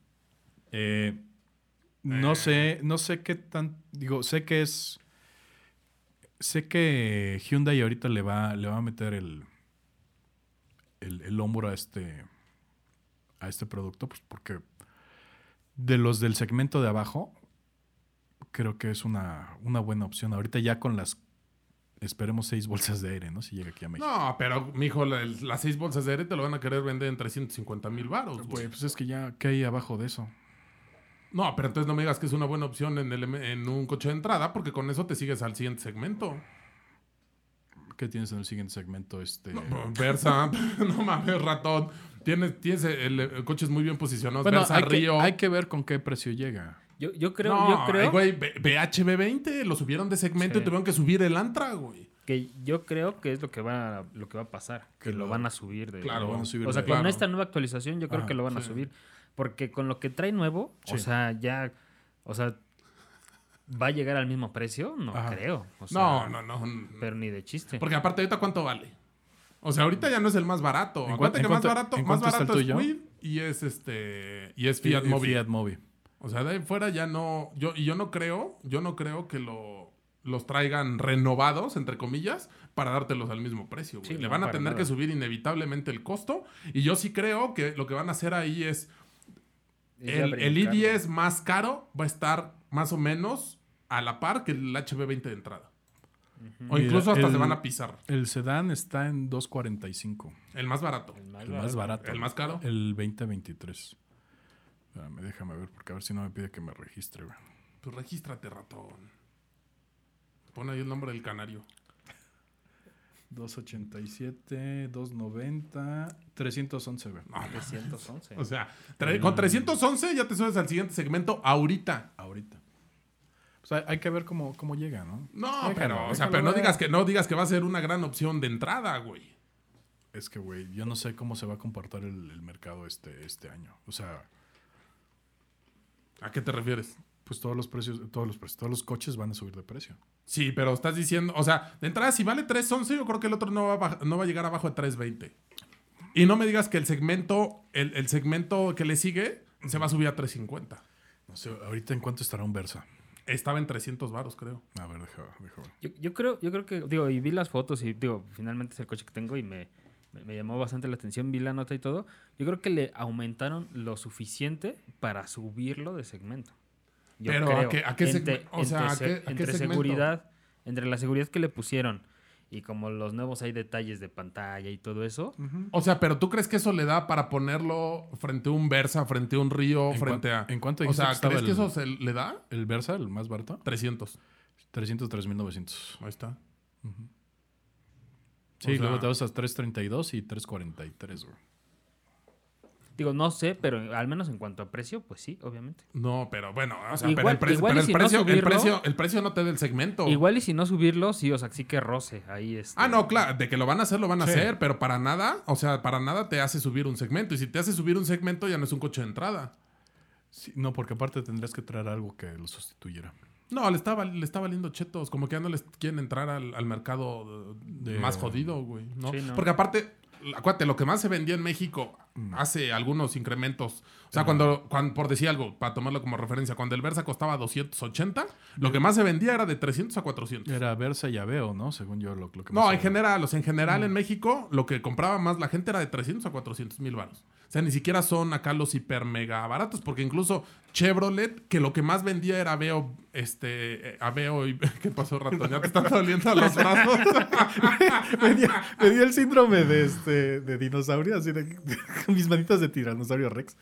Speaker 4: Eh, no
Speaker 2: Eh.
Speaker 4: sé, no sé qué tan. Digo, sé que es. Sé que Hyundai ahorita le va, le va a meter el, el, el hombro a este. A este producto, pues porque de los del segmento de abajo, creo que es una, una buena opción. Ahorita ya con las, esperemos, seis bolsas de aire, ¿no? Si llega aquí a México.
Speaker 2: No, pero, mijo, la- el- las seis bolsas de aire te lo van a querer vender en trescientos cincuenta mil baros,
Speaker 4: Pues,
Speaker 2: güey.
Speaker 4: pues es que ya, ¿qué hay abajo de eso?
Speaker 2: No, pero entonces no me digas que es una buena opción en, el, en un coche de entrada, porque con eso te sigues al siguiente segmento.
Speaker 4: ¿Qué tienes en el siguiente segmento? Este...
Speaker 2: Versa, no mames, ratón. Tienes, tienes el, el coche es muy bien posicionado.
Speaker 4: Bueno,
Speaker 2: Versa
Speaker 4: hay que,
Speaker 2: Río.
Speaker 4: hay que ver con qué precio llega.
Speaker 3: Yo, yo creo,
Speaker 2: no,
Speaker 3: yo creo
Speaker 2: ay, güey, B- BH B veinte lo subieron de segmento
Speaker 3: Sí.
Speaker 2: y tuvieron que subir el Antra, güey.
Speaker 3: que yo creo que es lo que va, lo que va a pasar. Que,
Speaker 4: Que
Speaker 3: lo
Speaker 4: lo-
Speaker 3: van a subir de.
Speaker 2: Claro,
Speaker 4: Lo van a subir
Speaker 3: O sea,
Speaker 4: de-
Speaker 3: con
Speaker 2: claro.
Speaker 3: esta nueva actualización yo creo
Speaker 4: Ajá,
Speaker 3: que lo van a
Speaker 2: sí.
Speaker 3: subir. Porque con lo que trae nuevo, o
Speaker 4: Sí.
Speaker 3: sea, ya, o sea, ¿va a llegar al mismo precio? No
Speaker 4: Ajá.
Speaker 3: creo. O sea,
Speaker 2: No, no, no.
Speaker 3: Pero ni de chiste.
Speaker 2: Porque aparte, ¿ahorita cuánto vale? O sea, ahorita ya no es el más barato.
Speaker 4: ¿En
Speaker 2: Acuérdate
Speaker 4: cuánto-
Speaker 2: que
Speaker 4: en
Speaker 2: más
Speaker 4: cuánto-
Speaker 2: barato,
Speaker 4: en
Speaker 2: más
Speaker 4: cuánto está el
Speaker 2: barato es
Speaker 4: tuyo?
Speaker 2: Kwid y es este y es
Speaker 4: Y-
Speaker 2: Fiat
Speaker 4: y
Speaker 2: Mobi.
Speaker 4: Fiat Mobi.
Speaker 2: O sea, de ahí fuera ya no. Yo, y yo no creo, yo no creo que lo, los traigan renovados, entre comillas, para dártelos al mismo precio, güey.
Speaker 3: Sí,
Speaker 2: Le
Speaker 3: no,
Speaker 2: van a
Speaker 3: para
Speaker 2: tener
Speaker 3: nada.
Speaker 2: que subir inevitablemente el costo. Y yo sí creo que lo que van a hacer ahí es.
Speaker 3: Es ya
Speaker 2: El, el i
Speaker 3: brincarlo.
Speaker 2: diez más caro va a estar más o menos a la par que el H B veinte de entrada. O
Speaker 4: Mira,
Speaker 2: incluso hasta
Speaker 4: el-
Speaker 2: se van a pisar.
Speaker 4: El sedán está en dos cuarenta y cinco.
Speaker 2: El más barato.
Speaker 3: El más
Speaker 4: El más barato.
Speaker 2: ¿El más caro?
Speaker 4: El veinte veintitrés. Espérame, déjame ver, porque a ver si no me pide que me registre, güey.
Speaker 2: Pues regístrate, ratón. Pon ahí el nombre del canario.
Speaker 4: doscientos ochenta y siete, doscientos noventa, trescientos once, güey.
Speaker 2: No,
Speaker 3: trescientos once.
Speaker 2: o sea, tre- con trescientos once ya te subes al siguiente segmento ahorita.
Speaker 4: Ahorita. O sea, hay que ver cómo, cómo llega, ¿no?
Speaker 2: No,
Speaker 4: Déjalo,
Speaker 2: pero, o sea,
Speaker 4: déjalo
Speaker 2: pero no
Speaker 4: ver.
Speaker 2: digas que no digas que va a ser una gran opción de entrada, güey.
Speaker 4: Es que, güey, yo no sé cómo se va a comportar el, el mercado este, este año. O sea,
Speaker 2: ¿A qué te refieres?
Speaker 4: pues todos los precios, todos los precios, todos los coches van a subir de precio.
Speaker 2: Sí, pero estás diciendo, o sea, de entrada si vale tres once, yo creo que el otro no va a, baj- no va a llegar abajo de tres veinte. Y no me digas que el segmento, el, el segmento que le sigue se va a subir a tres cincuenta.
Speaker 4: No sé, ahorita en cuánto estará un Versa.
Speaker 2: Estaba en trescientos varos, creo.
Speaker 4: A ver, deja, deja ver.
Speaker 3: Yo, yo creo, yo creo que, digo, y vi las fotos y digo, finalmente es el coche que tengo y me, me, me llamó bastante la atención, vi la nota y todo. Yo creo que le aumentaron lo suficiente para subirlo de segmento. Yo
Speaker 2: Pero, ¿a
Speaker 3: creo.
Speaker 2: qué- a qué
Speaker 3: entre,
Speaker 2: segme- o sea,
Speaker 3: entre
Speaker 2: ¿a
Speaker 3: se-
Speaker 2: qué- a qué
Speaker 3: entre
Speaker 2: segmento?
Speaker 3: seguridad, entre la seguridad que le pusieron y como los nuevos hay detalles de pantalla y todo eso.
Speaker 2: O sea, pero ¿tú crees que eso le da para ponerlo frente a un Versa, frente a un Río,
Speaker 4: ¿En
Speaker 2: frente
Speaker 4: cuan-
Speaker 2: a...
Speaker 4: en cuánto
Speaker 2: O
Speaker 4: dijiste
Speaker 2: sea,
Speaker 4: que estaba
Speaker 2: ¿crees que
Speaker 4: el-
Speaker 2: eso se le da?
Speaker 4: ¿El Versa, el más barato?
Speaker 2: trescientos.
Speaker 4: trescientos tres mil novecientos.
Speaker 2: Ahí está.
Speaker 4: Sí,
Speaker 2: O sea-
Speaker 4: luego te vas a trescientos treinta y dos y trescientos cuarenta y tres, güey.
Speaker 3: Digo, no sé, pero al menos en cuanto a precio, pues sí, obviamente.
Speaker 2: No, pero bueno, o sea,
Speaker 3: Igual-
Speaker 2: pero el, pre-
Speaker 3: igual
Speaker 2: pero
Speaker 3: y
Speaker 2: el
Speaker 3: si no
Speaker 2: precio, el
Speaker 3: subirlo-
Speaker 2: precio, el precio no te da el segmento.
Speaker 3: Igual y si no subirlo, sí, o sea, sí que roce ahí. Este...
Speaker 2: Ah, no, claro, de que lo van a hacer, lo van a
Speaker 4: Sí.
Speaker 2: hacer, pero para nada, o sea, para nada te hace subir un segmento. Y si te hace subir un segmento, ya no es un coche de entrada.
Speaker 4: Sí, no, porque aparte tendrías que traer algo que lo sustituyera.
Speaker 2: No, le está, val- le está valiendo chetos. Como que ya no les quieren entrar al, al mercado de-
Speaker 4: De-
Speaker 2: más jodido, güey. ¿no?
Speaker 3: Sí, no.
Speaker 2: Porque aparte, acuérdate, lo que más se vendía en México hace algunos incrementos. O sea, cuando, cuando, por decir algo, para tomarlo como referencia, cuando el Versa costaba doscientos ochenta, lo que más se vendía era de trescientos a cuatrocientos.
Speaker 4: Era Versa y Aveo, ¿no? Según yo, lo, lo que
Speaker 2: No,
Speaker 4: más
Speaker 2: en general, o sea, en general en México, lo que compraba más la gente era de trescientos a cuatrocientos mil baros. O sea, ni siquiera son acá los hiper mega baratos, porque incluso Chevrolet, que lo que más vendía era Aveo, este, eh, Aveo y... ¿Qué pasó, ratón? Ya te están doliendo los brazos.
Speaker 4: me, dio, me dio el síndrome de este de dinosaurio, así de con mis manitas de tiranosaurio Rex.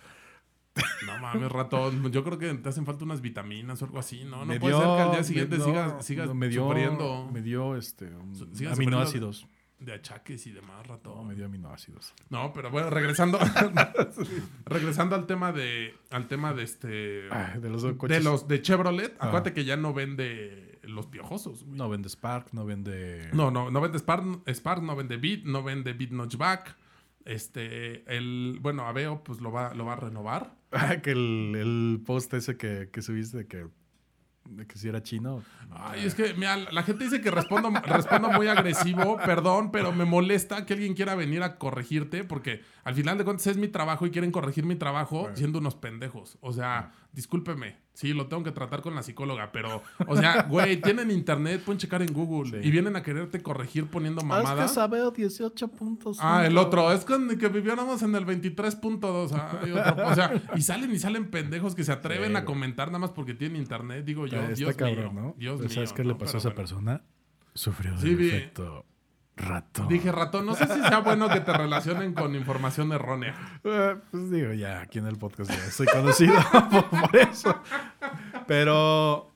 Speaker 2: No mames, ratón. Yo creo que te hacen falta unas vitaminas o algo así, ¿no? No
Speaker 4: Me
Speaker 2: puede
Speaker 4: dio-
Speaker 2: ser que al día
Speaker 4: me-
Speaker 2: siguiente
Speaker 4: no,
Speaker 2: sigas, sigas
Speaker 4: no, me dio,
Speaker 2: sufriendo
Speaker 4: Me dio este, un-
Speaker 2: Su- sigas
Speaker 4: aminoácidos.
Speaker 2: de achaques y demás, ratón.
Speaker 4: No, me dio aminoácidos.
Speaker 2: No, pero bueno, regresando regresando al tema de al tema de este
Speaker 4: Ay, de los
Speaker 2: de
Speaker 4: coches.
Speaker 2: los de Chevrolet,
Speaker 4: Ah.
Speaker 2: acuérdate que ya no vende los piojosos, güey.
Speaker 4: No vende Spark, no vende...
Speaker 2: No, no, no vende Spark, Spark no vende Beat, no vende Beat Notchback. Este, el, bueno, Aveo pues lo va, lo va a renovar.
Speaker 4: Ah, que el, el post ese que, que subiste de que, de que si era chino.
Speaker 2: Ay, es que, mira, la gente dice que respondo, respondo muy agresivo, perdón, pero me molesta que alguien quiera venir a corregirte, porque al final de cuentas es mi trabajo y quieren corregir mi trabajo
Speaker 4: Bueno.
Speaker 2: siendo unos pendejos. O sea, discúlpeme, sí, lo tengo que tratar con la psicóloga, pero, o sea, güey, tienen internet, pueden checar en Google
Speaker 4: Sí.
Speaker 2: y vienen a quererte corregir poniendo mamada.
Speaker 4: Sabeo dieciocho puntos.
Speaker 2: Ah, el otro, es con el que viviéramos en el veintitrés punto dos. Ay, otro, o sea, y salen y salen pendejos que se atreven
Speaker 4: Sí,
Speaker 2: a
Speaker 4: güey.
Speaker 2: comentar nada más porque tienen internet. Digo yo,
Speaker 4: Está
Speaker 2: Dios
Speaker 4: cabrón,
Speaker 2: mío.
Speaker 4: ¿no?
Speaker 2: Dios
Speaker 4: Pero ¿Sabes
Speaker 2: mío,
Speaker 4: qué
Speaker 2: ¿no?
Speaker 4: le pasó a
Speaker 2: Pero
Speaker 4: esa
Speaker 2: bueno.
Speaker 4: persona? Sufrió
Speaker 2: Sí,
Speaker 4: del
Speaker 2: vi.
Speaker 4: efecto ratón.
Speaker 2: Dije, ratón, no sé si sea bueno que te relacionen con información errónea.
Speaker 4: Eh, pues digo, ya, aquí en el podcast ya estoy conocido por, por eso. Pero,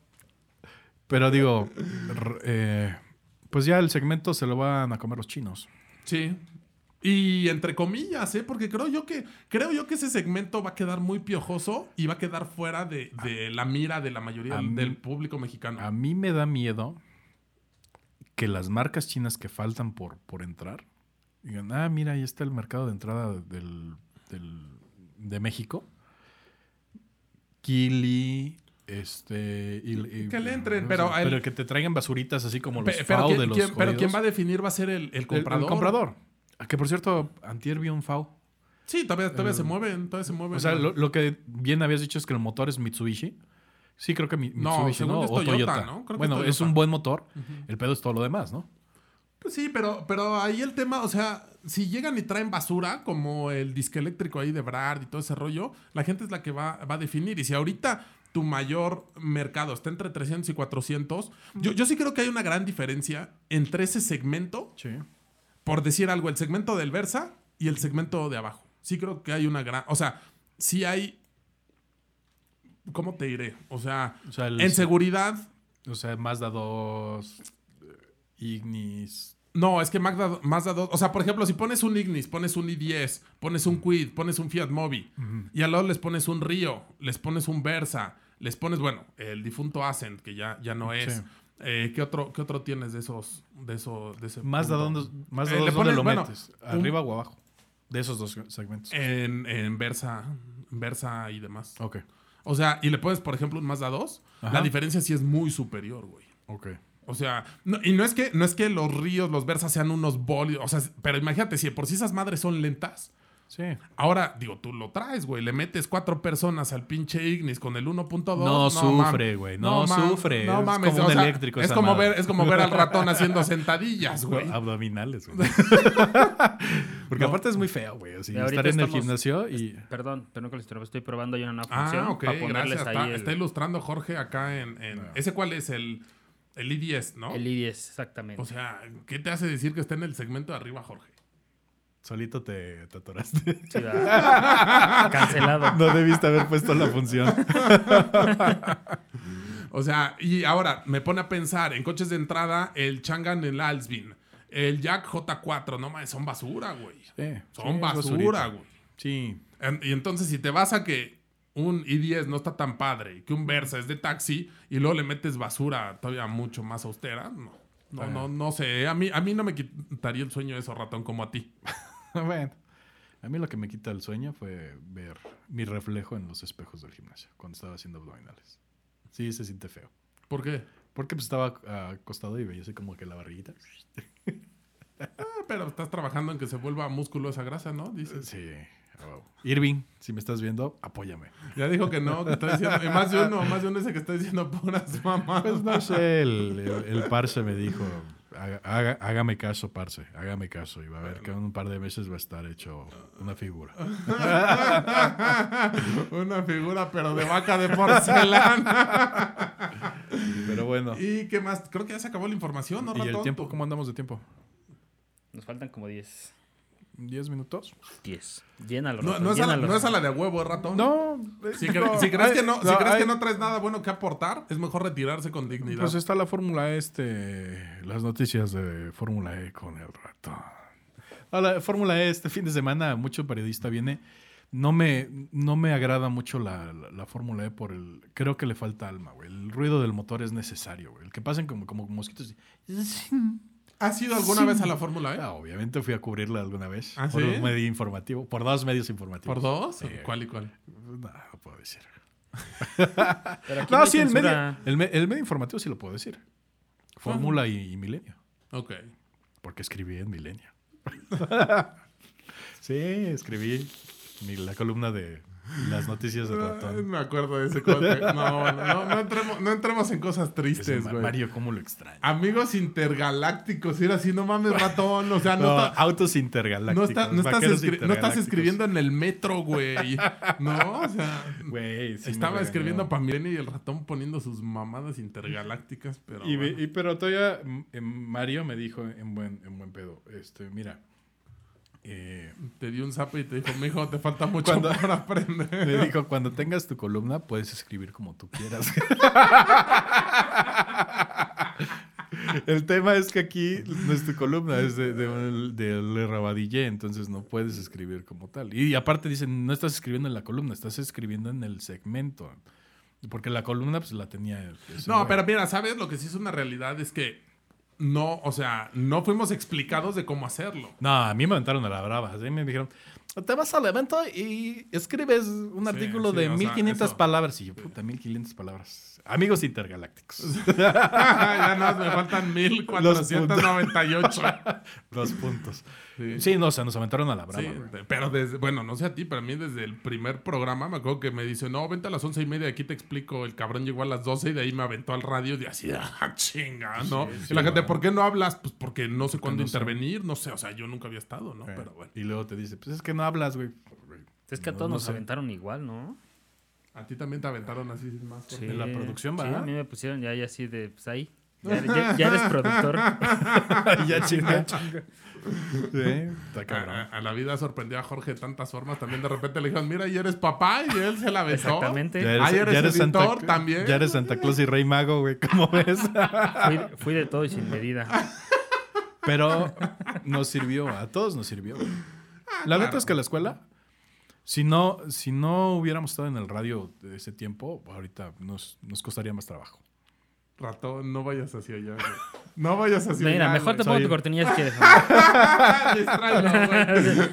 Speaker 4: pero digo, r- eh, pues ya el segmento se lo van a comer los chinos.
Speaker 2: Sí. Y entre comillas, ¿eh? Porque creo yo que creo yo que ese segmento va a quedar muy piojoso y va a quedar fuera de, de la mira de la mayoría
Speaker 4: A
Speaker 2: del,
Speaker 4: mí-
Speaker 2: del público mexicano.
Speaker 4: A mí me da miedo que las marcas chinas que faltan por, por entrar digan, ah, mira, ahí está el mercado de entrada del, del- de México. Kili, este... y- y-
Speaker 2: Que le entren,
Speaker 4: no
Speaker 2: pero
Speaker 4: sé,
Speaker 2: el-
Speaker 4: pero que te traigan basuritas así como los
Speaker 2: Pe- pero,
Speaker 4: FAO
Speaker 2: ¿quién,
Speaker 4: de los
Speaker 2: quién- pero
Speaker 4: jodidos.
Speaker 2: ¿quién va a definir va a ser el, el
Speaker 4: El-
Speaker 2: comprador?
Speaker 4: El, comprador. Ah, Que por cierto, antier vi un FAO.
Speaker 2: Sí, todavía, todavía
Speaker 4: El-
Speaker 2: se mueven, todavía se mueven.
Speaker 4: O sea, lo, lo que bien habías dicho es que el motor es Mitsubishi. Sí, creo que mi-
Speaker 2: No,
Speaker 4: Mitsubishi,
Speaker 2: según
Speaker 4: ¿no?
Speaker 2: yo es
Speaker 4: O
Speaker 2: Toyota,
Speaker 4: Toyota.
Speaker 2: ¿no? Creo que
Speaker 4: Bueno,
Speaker 2: es
Speaker 4: es,
Speaker 2: Toyota.
Speaker 4: un buen motor. El pedo es todo lo demás, ¿no?
Speaker 2: Pues sí, pero, pero ahí el tema, o sea, si llegan y traen basura, como el disque eléctrico ahí de Brad y todo ese rollo, la gente es la que va, va a definir. Y si ahorita tu mayor mercado está entre trescientos y cuatrocientos, yo, yo sí creo que hay una gran diferencia entre ese segmento,
Speaker 4: Sí.
Speaker 2: por decir algo, el segmento del Versa y el segmento de abajo. Sí creo que hay una gran... O sea, sí hay... ¿Cómo te diré? O sea,
Speaker 4: O sea, el-
Speaker 2: en seguridad...
Speaker 4: O sea, Mazda dos, Ignis.
Speaker 2: No, es que Mazda, Mazda dos... O sea, por ejemplo, si pones un Ignis, pones un i diez, pones un Kwid, pones un Fiat Mobi, y al lado les pones un Río, les pones un Versa, les pones, bueno, el difunto Ascent, que ya, ya no es.
Speaker 4: Sí.
Speaker 2: Eh, ¿qué, otro, ¿Qué otro tienes de esos? De, eso, de ese
Speaker 4: Mazda,
Speaker 2: punto?
Speaker 4: ¿dónde, Mazda
Speaker 2: Eh,
Speaker 4: dos,
Speaker 2: le
Speaker 4: ¿dónde
Speaker 2: pones,
Speaker 4: lo
Speaker 2: bueno,
Speaker 4: metes?
Speaker 2: un-
Speaker 4: ¿Arriba o abajo? De esos dos segmentos.
Speaker 2: En, en Versa, Versa y demás.
Speaker 4: Ok,
Speaker 2: O sea, y le pones, por ejemplo, un Mazda dos,
Speaker 4: Ajá.
Speaker 2: la diferencia sí es muy superior, güey.
Speaker 4: ok.
Speaker 2: O sea, no- y no es que no es que los Ríos, los Versas sean unos bolios, o sea, pero imagínate, si de por sí esas madres son lentas,
Speaker 4: Sí.
Speaker 2: ahora, digo, tú lo traes, güey, le metes cuatro personas al pinche Ignis con el uno punto dos.
Speaker 4: No
Speaker 2: mam-
Speaker 4: sufre, güey, no
Speaker 2: mam-
Speaker 4: sufre,
Speaker 2: No
Speaker 4: es
Speaker 2: mames,
Speaker 4: como
Speaker 2: o
Speaker 4: un
Speaker 2: sea,
Speaker 4: eléctrico
Speaker 2: es
Speaker 4: esa
Speaker 2: como
Speaker 4: madre.
Speaker 2: ver, es como ver al ratón haciendo sentadillas, güey.
Speaker 4: Abdominales, güey. Porque
Speaker 2: No.
Speaker 4: aparte es muy feo, güey. Así,
Speaker 3: Y ahorita
Speaker 4: estar en el
Speaker 3: estamos-
Speaker 4: gimnasio y...
Speaker 3: Perdón, pero no que les interrumpa, estoy probando yo una nueva función
Speaker 2: Ah, ok,
Speaker 3: para ponerles
Speaker 2: gracias.
Speaker 3: ahí
Speaker 2: Está,
Speaker 3: el,
Speaker 2: está ilustrando Jorge acá en... en- ¿Ese cuál es? El, el i diez, ¿no?
Speaker 3: el i diez, exactamente.
Speaker 2: O sea, ¿qué te hace decir que está en el segmento de arriba, Jorge?
Speaker 4: Solito te, te atoraste.
Speaker 3: Sí, ¿verdad? Cancelado.
Speaker 4: No debiste haber puesto la función.
Speaker 2: O sea, y ahora me pone a pensar en coches de entrada, el Changan, el Alsvin, el Jack J cuatro, no mames, son basura, güey.
Speaker 4: Sí,
Speaker 2: Son
Speaker 4: sí, es
Speaker 2: basura,
Speaker 4: basurita.
Speaker 2: güey.
Speaker 4: Sí.
Speaker 2: En- y entonces, si te vas a que un i diez no está tan padre, que un Versa es de taxi, y luego le metes basura todavía mucho más austera, no. No, no, no sé. A mí, a mí no me quitaría el sueño eso, ratón, como a ti.
Speaker 4: Bueno, a mí lo que me quita el sueño fue ver mi reflejo en los espejos del gimnasio cuando estaba haciendo abdominales. Sí, se siente feo.
Speaker 2: ¿Por qué?
Speaker 4: Porque pues estaba ah, acostado y veía así como que la barriguita.
Speaker 2: Ah, pero estás trabajando en que se vuelva músculo esa grasa, ¿no? Dices.
Speaker 4: Sí. Wow. Irving, si me estás viendo, apóyame.
Speaker 2: Ya dijo que no, que está diciendo. Y más de uno, más de uno dice que está diciendo puras mamás.
Speaker 4: Pues no sé, el, el, el parce me dijo, haga, haga- hágame caso, parce, hágame caso. Y va a ver que en un par de meses va a estar hecho una figura.
Speaker 2: Una figura, pero de vaca de porcelana.
Speaker 4: Pero bueno.
Speaker 2: ¿Y qué más? Creo que ya se acabó la información, ¿no,
Speaker 4: ¿Y
Speaker 2: ratón?
Speaker 4: el tiempo? ¿Cómo andamos de tiempo?
Speaker 3: Nos faltan como diez.
Speaker 4: ¿Diez minutos?
Speaker 3: diez. Llénalo,
Speaker 2: No,
Speaker 3: ratón,
Speaker 2: no, es a la,
Speaker 3: llénalo.
Speaker 2: no es a la de huevo, ¿eh, ratón.
Speaker 4: No.
Speaker 2: Si,
Speaker 4: eh,
Speaker 2: cre-
Speaker 4: no,
Speaker 2: si crees,
Speaker 4: hay-
Speaker 2: que, no, si
Speaker 4: no,
Speaker 2: crees
Speaker 4: hay-
Speaker 2: que no traes nada bueno que aportar, es mejor retirarse con dignidad.
Speaker 4: Pues está la Fórmula este, las noticias de Fórmula E con el ratón. A la Fórmula E este fin de semana mucho periodista viene. No me, no me agrada mucho la, la, la Fórmula E por el... Creo que le falta alma, güey. El ruido del motor es necesario, güey. El que pasen como, como mosquitos.
Speaker 2: ¿Has ido alguna vez a la Fórmula E?
Speaker 4: Ah, obviamente fui a cubrirla alguna vez.
Speaker 2: ¿Ah,
Speaker 4: por
Speaker 2: sí?
Speaker 4: un medio informativo. Por dos medios informativos.
Speaker 2: ¿Por dos?
Speaker 4: Sí.
Speaker 2: ¿Cuál y cuál?
Speaker 4: No, no puedo decir.
Speaker 3: Pero aquí
Speaker 4: No,
Speaker 3: hay
Speaker 4: sí, el medio,
Speaker 3: censura.
Speaker 4: el, me- el medio informativo sí lo puedo decir. Fórmula y, y Milenio.
Speaker 2: Ok.
Speaker 4: Porque escribí en Milenio. Sí, escribí mi- la columna de las noticias de
Speaker 2: Ay,
Speaker 4: ratón.
Speaker 2: me acuerdo de ese corte. No, no, no, no entremos, no entremos en cosas
Speaker 4: Ese
Speaker 2: tristes,
Speaker 4: Ma-
Speaker 2: güey.
Speaker 4: Mario, ¿cómo lo extraño?
Speaker 2: Amigos intergalácticos, era así, no mames, ratón. O sea, no,
Speaker 4: No,
Speaker 2: está,
Speaker 4: autos
Speaker 2: no,
Speaker 4: intergalácticos.
Speaker 2: está- no estás,
Speaker 4: vaqueros
Speaker 2: escri- no estás
Speaker 4: intergalácticos.
Speaker 2: escribiendo en el metro, güey. No, o sea,
Speaker 4: Güey, sí me
Speaker 2: estaba
Speaker 4: regañó.
Speaker 2: escribiendo para Milenio y el ratón poniendo sus mamadas intergalácticas, pero
Speaker 4: Y,
Speaker 2: bueno.
Speaker 4: y- pero todavía mm, eh, Mario me dijo en buen, en buen pedo, este, mira, eh,
Speaker 2: Te dio un zape y te dijo, mijo, te falta mucho
Speaker 4: Cuando-
Speaker 2: por aprender.
Speaker 4: me dijo, cuando tengas tu columna puedes escribir como tú quieras. El tema es que aquí no es tu columna, es de, de, de Le Rabadillé, entonces no puedes escribir como tal. Y aparte dicen, no estás escribiendo en la columna, estás escribiendo en el segmento. Porque la columna pues la tenía... ese
Speaker 2: No,
Speaker 4: güey.
Speaker 2: pero mira, ¿sabes? Lo que sí es una realidad es que no, o sea, no fuimos explicados de cómo hacerlo.
Speaker 4: No, a mí me aventaron a la brava. Así me dijeron, te vas al evento y escribes un
Speaker 2: Sí,
Speaker 4: artículo
Speaker 2: sí,
Speaker 4: de
Speaker 2: o sea,
Speaker 4: mil quinientas
Speaker 2: eso.
Speaker 4: palabras. Y yo, puta, mil quinientas palabras. Amigos intergalácticos.
Speaker 2: Ya nada, más me faltan mil cuatrocientos noventa y ocho.
Speaker 4: Dos puntos.
Speaker 2: Sí.
Speaker 4: Sí, no, o sea, nos aventaron a la brava.
Speaker 2: Sí,
Speaker 4: güey.
Speaker 2: de- pero desde, bueno, no sé a ti, pero a mí desde el primer programa me acuerdo que me dice, no, vente a las once y media, aquí te explico. El cabrón llegó a las doce y de ahí me aventó al radio y así, ah, chinga, ¿no?
Speaker 4: Sí,
Speaker 2: y la
Speaker 4: sí,
Speaker 2: gente,
Speaker 4: bueno.
Speaker 2: ¿por qué no hablas? Pues porque no sé cuándo
Speaker 4: no sé.
Speaker 2: intervenir, no sé, o sea, yo nunca había estado, ¿no?
Speaker 4: Eh,
Speaker 2: Pero bueno,
Speaker 4: Y luego te dice, pues es que no hablas, güey.
Speaker 3: Es que a
Speaker 4: No,
Speaker 3: todos
Speaker 4: no
Speaker 3: nos
Speaker 4: sé.
Speaker 3: aventaron igual, ¿no?
Speaker 2: a ti también te aventaron así sin más.
Speaker 3: Sí.
Speaker 4: En la producción,
Speaker 3: Sí,
Speaker 4: ¿va?
Speaker 3: a mí me pusieron ya, ya así de, pues ahí. Ya, ya- ya eres productor.
Speaker 4: ya chinga. Sí, está
Speaker 2: A,
Speaker 4: cabrón.
Speaker 2: a- a la vida sorprendió a Jorge de tantas formas. También de repente le dijeron, mira, y eres papá, y él se la aventó.
Speaker 3: Exactamente.
Speaker 4: Ya
Speaker 2: Ah, ya eres
Speaker 4: Santa,
Speaker 2: editor también.
Speaker 4: Ya eres Santa Claus y Rey Mago, güey. ¿Cómo ves?
Speaker 3: Fui, fui de todo y sin medida.
Speaker 4: Pero nos sirvió, a todos nos sirvió. güey. La
Speaker 2: claro.
Speaker 4: neta es que la escuela, si no, si no hubiéramos estado en el radio de ese tiempo, ahorita nos, nos costaría más trabajo.
Speaker 2: Ratón, no vayas hacia allá, güey. No vayas hacia
Speaker 3: Mira,
Speaker 2: allá.
Speaker 3: mejor te
Speaker 2: güey.
Speaker 3: pongo tu cortinilla si quieres. ¿no?
Speaker 2: Distráelo, güey.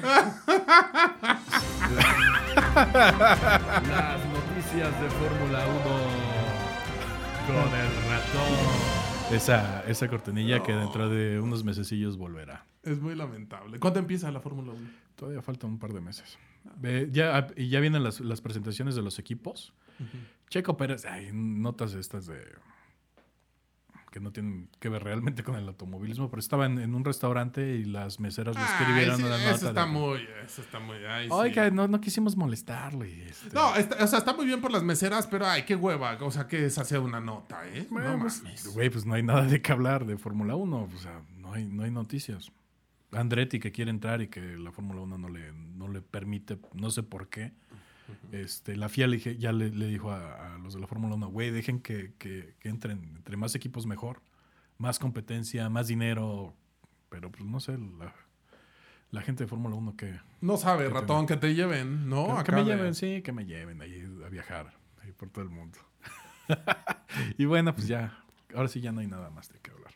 Speaker 4: Las noticias de Fórmula uno con el ratón. Esa, esa cortinilla que dentro de unos mesecillos volverá.
Speaker 2: Es muy lamentable. ¿Cuándo empieza la Fórmula uno?
Speaker 4: Todavía falta un par de meses. Ve, ya, y ya vienen las, las presentaciones de los equipos. Checo Pérez, ay, notas estas de que no tienen que ver realmente con el automovilismo, pero estaba en, en un restaurante y las meseras le escribieron
Speaker 2: Ay, sí,
Speaker 4: una nota.
Speaker 2: eso está
Speaker 4: de-
Speaker 2: muy, eso está muy. Ay, sí.
Speaker 4: Oiga, no, no quisimos molestarlo. Y este...
Speaker 2: No, está- o sea, está muy bien por las meseras, pero ay, qué hueva. O sea, que es hacer una nota, ¿eh?
Speaker 4: Bueno,
Speaker 2: no
Speaker 4: pues,
Speaker 2: mames.
Speaker 4: güey, pues no hay nada de qué hablar de Fórmula uno. O sea, no hay, no hay noticias. Andretti que quiere entrar y que la Fórmula uno no le, no le permite, no sé por qué. Este, la F I A le dije- ya le, le dijo a, a los de la Fórmula uno, güey, dejen que, que, que entren. Entre más equipos mejor. Más competencia, más dinero. Pero pues no sé, la, La gente de Fórmula uno que...
Speaker 2: No sabe,
Speaker 4: que
Speaker 2: ratón,
Speaker 4: te...
Speaker 2: que te lleven, ¿no?
Speaker 4: Que,
Speaker 2: Acá
Speaker 4: que me
Speaker 2: de...
Speaker 4: lleven, sí, que me lleven ahí a viajar, ahí por todo el mundo. Y bueno, pues ya, ahora sí ya no hay nada más de qué hablar.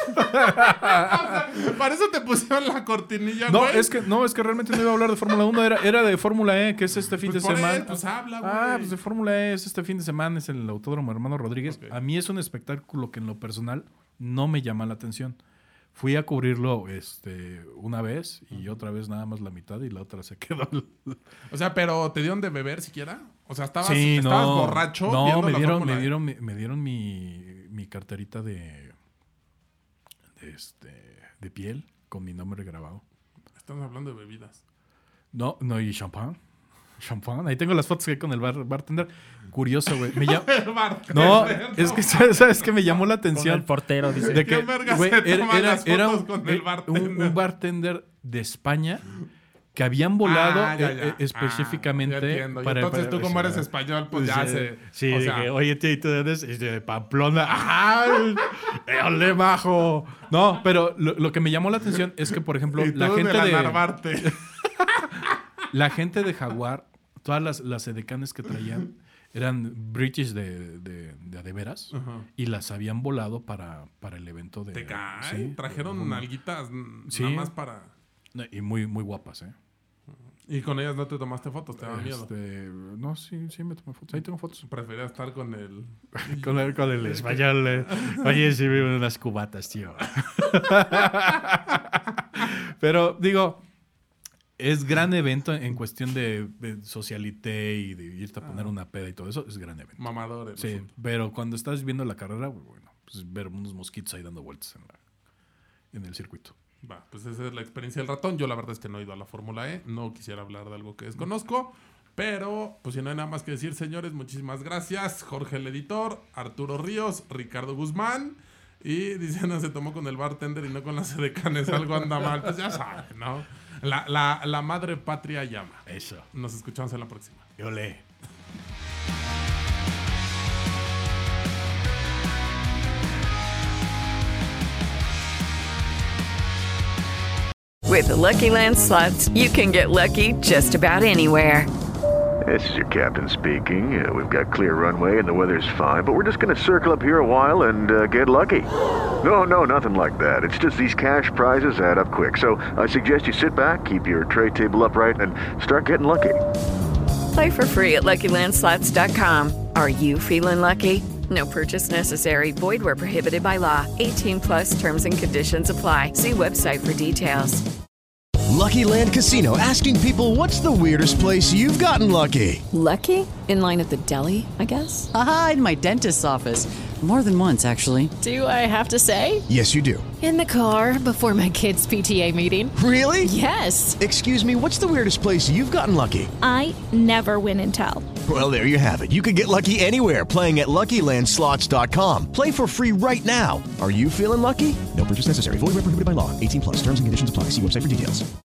Speaker 2: Para eso te pusieron la cortinilla,
Speaker 4: No,
Speaker 2: güey.
Speaker 4: es que, no, es que realmente no iba a hablar de Fórmula uno, era, era de Fórmula E, que es este fin
Speaker 2: Pues
Speaker 4: de
Speaker 2: por
Speaker 4: semana.
Speaker 2: él, pues habla, güey.
Speaker 4: Ah, pues de Fórmula E es este fin de semana, es el Autódromo Hermano Rodríguez.
Speaker 2: Ok.
Speaker 4: A mí es un espectáculo que en lo personal no me llama la atención. Fui a cubrirlo este, una vez y otra vez nada más la mitad y la otra se quedó.
Speaker 2: O sea, pero ¿te dieron de beber siquiera? O sea, ¿estabas,
Speaker 4: Sí,
Speaker 2: estabas
Speaker 4: no,
Speaker 2: borracho
Speaker 4: no,
Speaker 2: viendo
Speaker 4: me
Speaker 2: la
Speaker 4: dieron,
Speaker 2: Fórmula
Speaker 4: me
Speaker 2: E?
Speaker 4: dieron, me, me dieron mi, mi carterita de, de, este, de piel con mi nombre grabado.
Speaker 2: Estamos hablando de bebidas.
Speaker 4: No, no, y champán. Champán. Ahí tengo las fotos que hay con el bar, bartender. Curioso, güey. Me llam-
Speaker 2: El bartender,
Speaker 4: No,
Speaker 2: ¿no?
Speaker 4: es que sabes, sabes que me llamó la
Speaker 3: Con el
Speaker 4: atención.
Speaker 3: portero, dice.
Speaker 4: De
Speaker 2: ¿Qué
Speaker 4: que,
Speaker 2: verga
Speaker 4: güey,
Speaker 2: se
Speaker 4: era,
Speaker 2: toman
Speaker 4: era-
Speaker 2: las
Speaker 4: era
Speaker 2: fotos
Speaker 4: un,
Speaker 2: con el
Speaker 4: eh,
Speaker 2: bartender?
Speaker 4: un- un bartender de España que habían volado
Speaker 2: Ah, ya,
Speaker 4: eh,
Speaker 2: ya.
Speaker 4: eh, específicamente
Speaker 2: Ah, ya entiendo. Y
Speaker 4: para-
Speaker 2: entonces
Speaker 4: para-
Speaker 2: tú como eres
Speaker 4: sí.
Speaker 2: español, pues ya
Speaker 4: Sí,
Speaker 2: se...
Speaker 4: Sí,
Speaker 2: o
Speaker 4: de
Speaker 2: sea,
Speaker 4: que, oye, tío, ¿y tú eres Es de Pamplona? ¡Ay! ¡Ole, majo! No, pero lo, lo que me llamó la atención es que, por ejemplo,
Speaker 2: y tú
Speaker 4: la gente
Speaker 2: de la
Speaker 4: de...
Speaker 2: Narvarte.
Speaker 4: La gente de Jaguar, todas las, las edecanes que traían eran British de, de, de a de veras
Speaker 2: Ajá.
Speaker 4: y las habían volado para, para el evento de...
Speaker 2: Te cae.
Speaker 4: sí,
Speaker 2: Trajeron
Speaker 4: de-
Speaker 2: nalguitas mm,
Speaker 4: Sí.
Speaker 2: nada más para...
Speaker 4: Y muy, muy guapas, ¿eh?
Speaker 2: Y con ellas no te tomaste fotos, te daba miedo.
Speaker 4: Este, no, sí, sí me tomé fotos. Ahí tengo fotos.
Speaker 2: Prefería estar con el...
Speaker 4: Con el, con el español. eh. Oye, sí, viven unas cubatas, tío. Pero, digo, es gran evento en cuestión de, de socialité y de irte a poner una peda y todo eso. Es gran evento.
Speaker 2: Mamadores.
Speaker 4: Sí, pero cuando estás viendo la carrera, bueno, pues ver unos mosquitos ahí dando vueltas en, la, en el circuito.
Speaker 2: Va, pues esa es la experiencia del ratón. Yo la verdad es que no he ido a la Fórmula E. No quisiera hablar de algo que desconozco. Pero, pues si no hay nada más que decir, señores, muchísimas gracias. Jorge el editor, Arturo Ríos, Ricardo Guzmán. Y diciendo se tomó con el bartender y no con las edecanes. Algo anda mal. Pues ya saben, ¿no? La, la, la madre patria llama.
Speaker 4: Eso.
Speaker 2: Nos escuchamos en la próxima.
Speaker 4: Yo le.
Speaker 8: With the Lucky Land Slots, you can get lucky just about anywhere.
Speaker 7: This is your captain speaking. Uh, we've got clear runway and the weather's fine, but we're just going to circle up here a while and uh, get lucky. No, no, nothing like that. It's just these cash prizes add up quick. So I suggest you sit back, keep your tray table upright, and start getting lucky.
Speaker 8: Play for free at Lucky Land Slots dot com. Are you feeling lucky? No purchase necessary. Void where prohibited by law. eighteen plus terms and conditions apply. See website for details.
Speaker 9: Lucky Land Casino, asking people, what's the weirdest place you've gotten lucky?
Speaker 10: Lucky? In line at the deli, I guess?
Speaker 11: Aha, in my dentist's office. More than once, actually.
Speaker 10: Do I have to say?
Speaker 9: Yes, you do.
Speaker 10: In the car before my kids' P T A meeting.
Speaker 9: Really?
Speaker 10: Yes.
Speaker 9: Excuse me, what's the weirdest place you've gotten lucky?
Speaker 12: I never win and tell.
Speaker 9: Well, there you have it. You can get lucky anywhere, playing at Lucky Land Slots dot com. Play for free right now. Are you feeling lucky? No purchase necessary. Void where prohibited by law. eighteen plus. Terms and conditions apply. See website for details.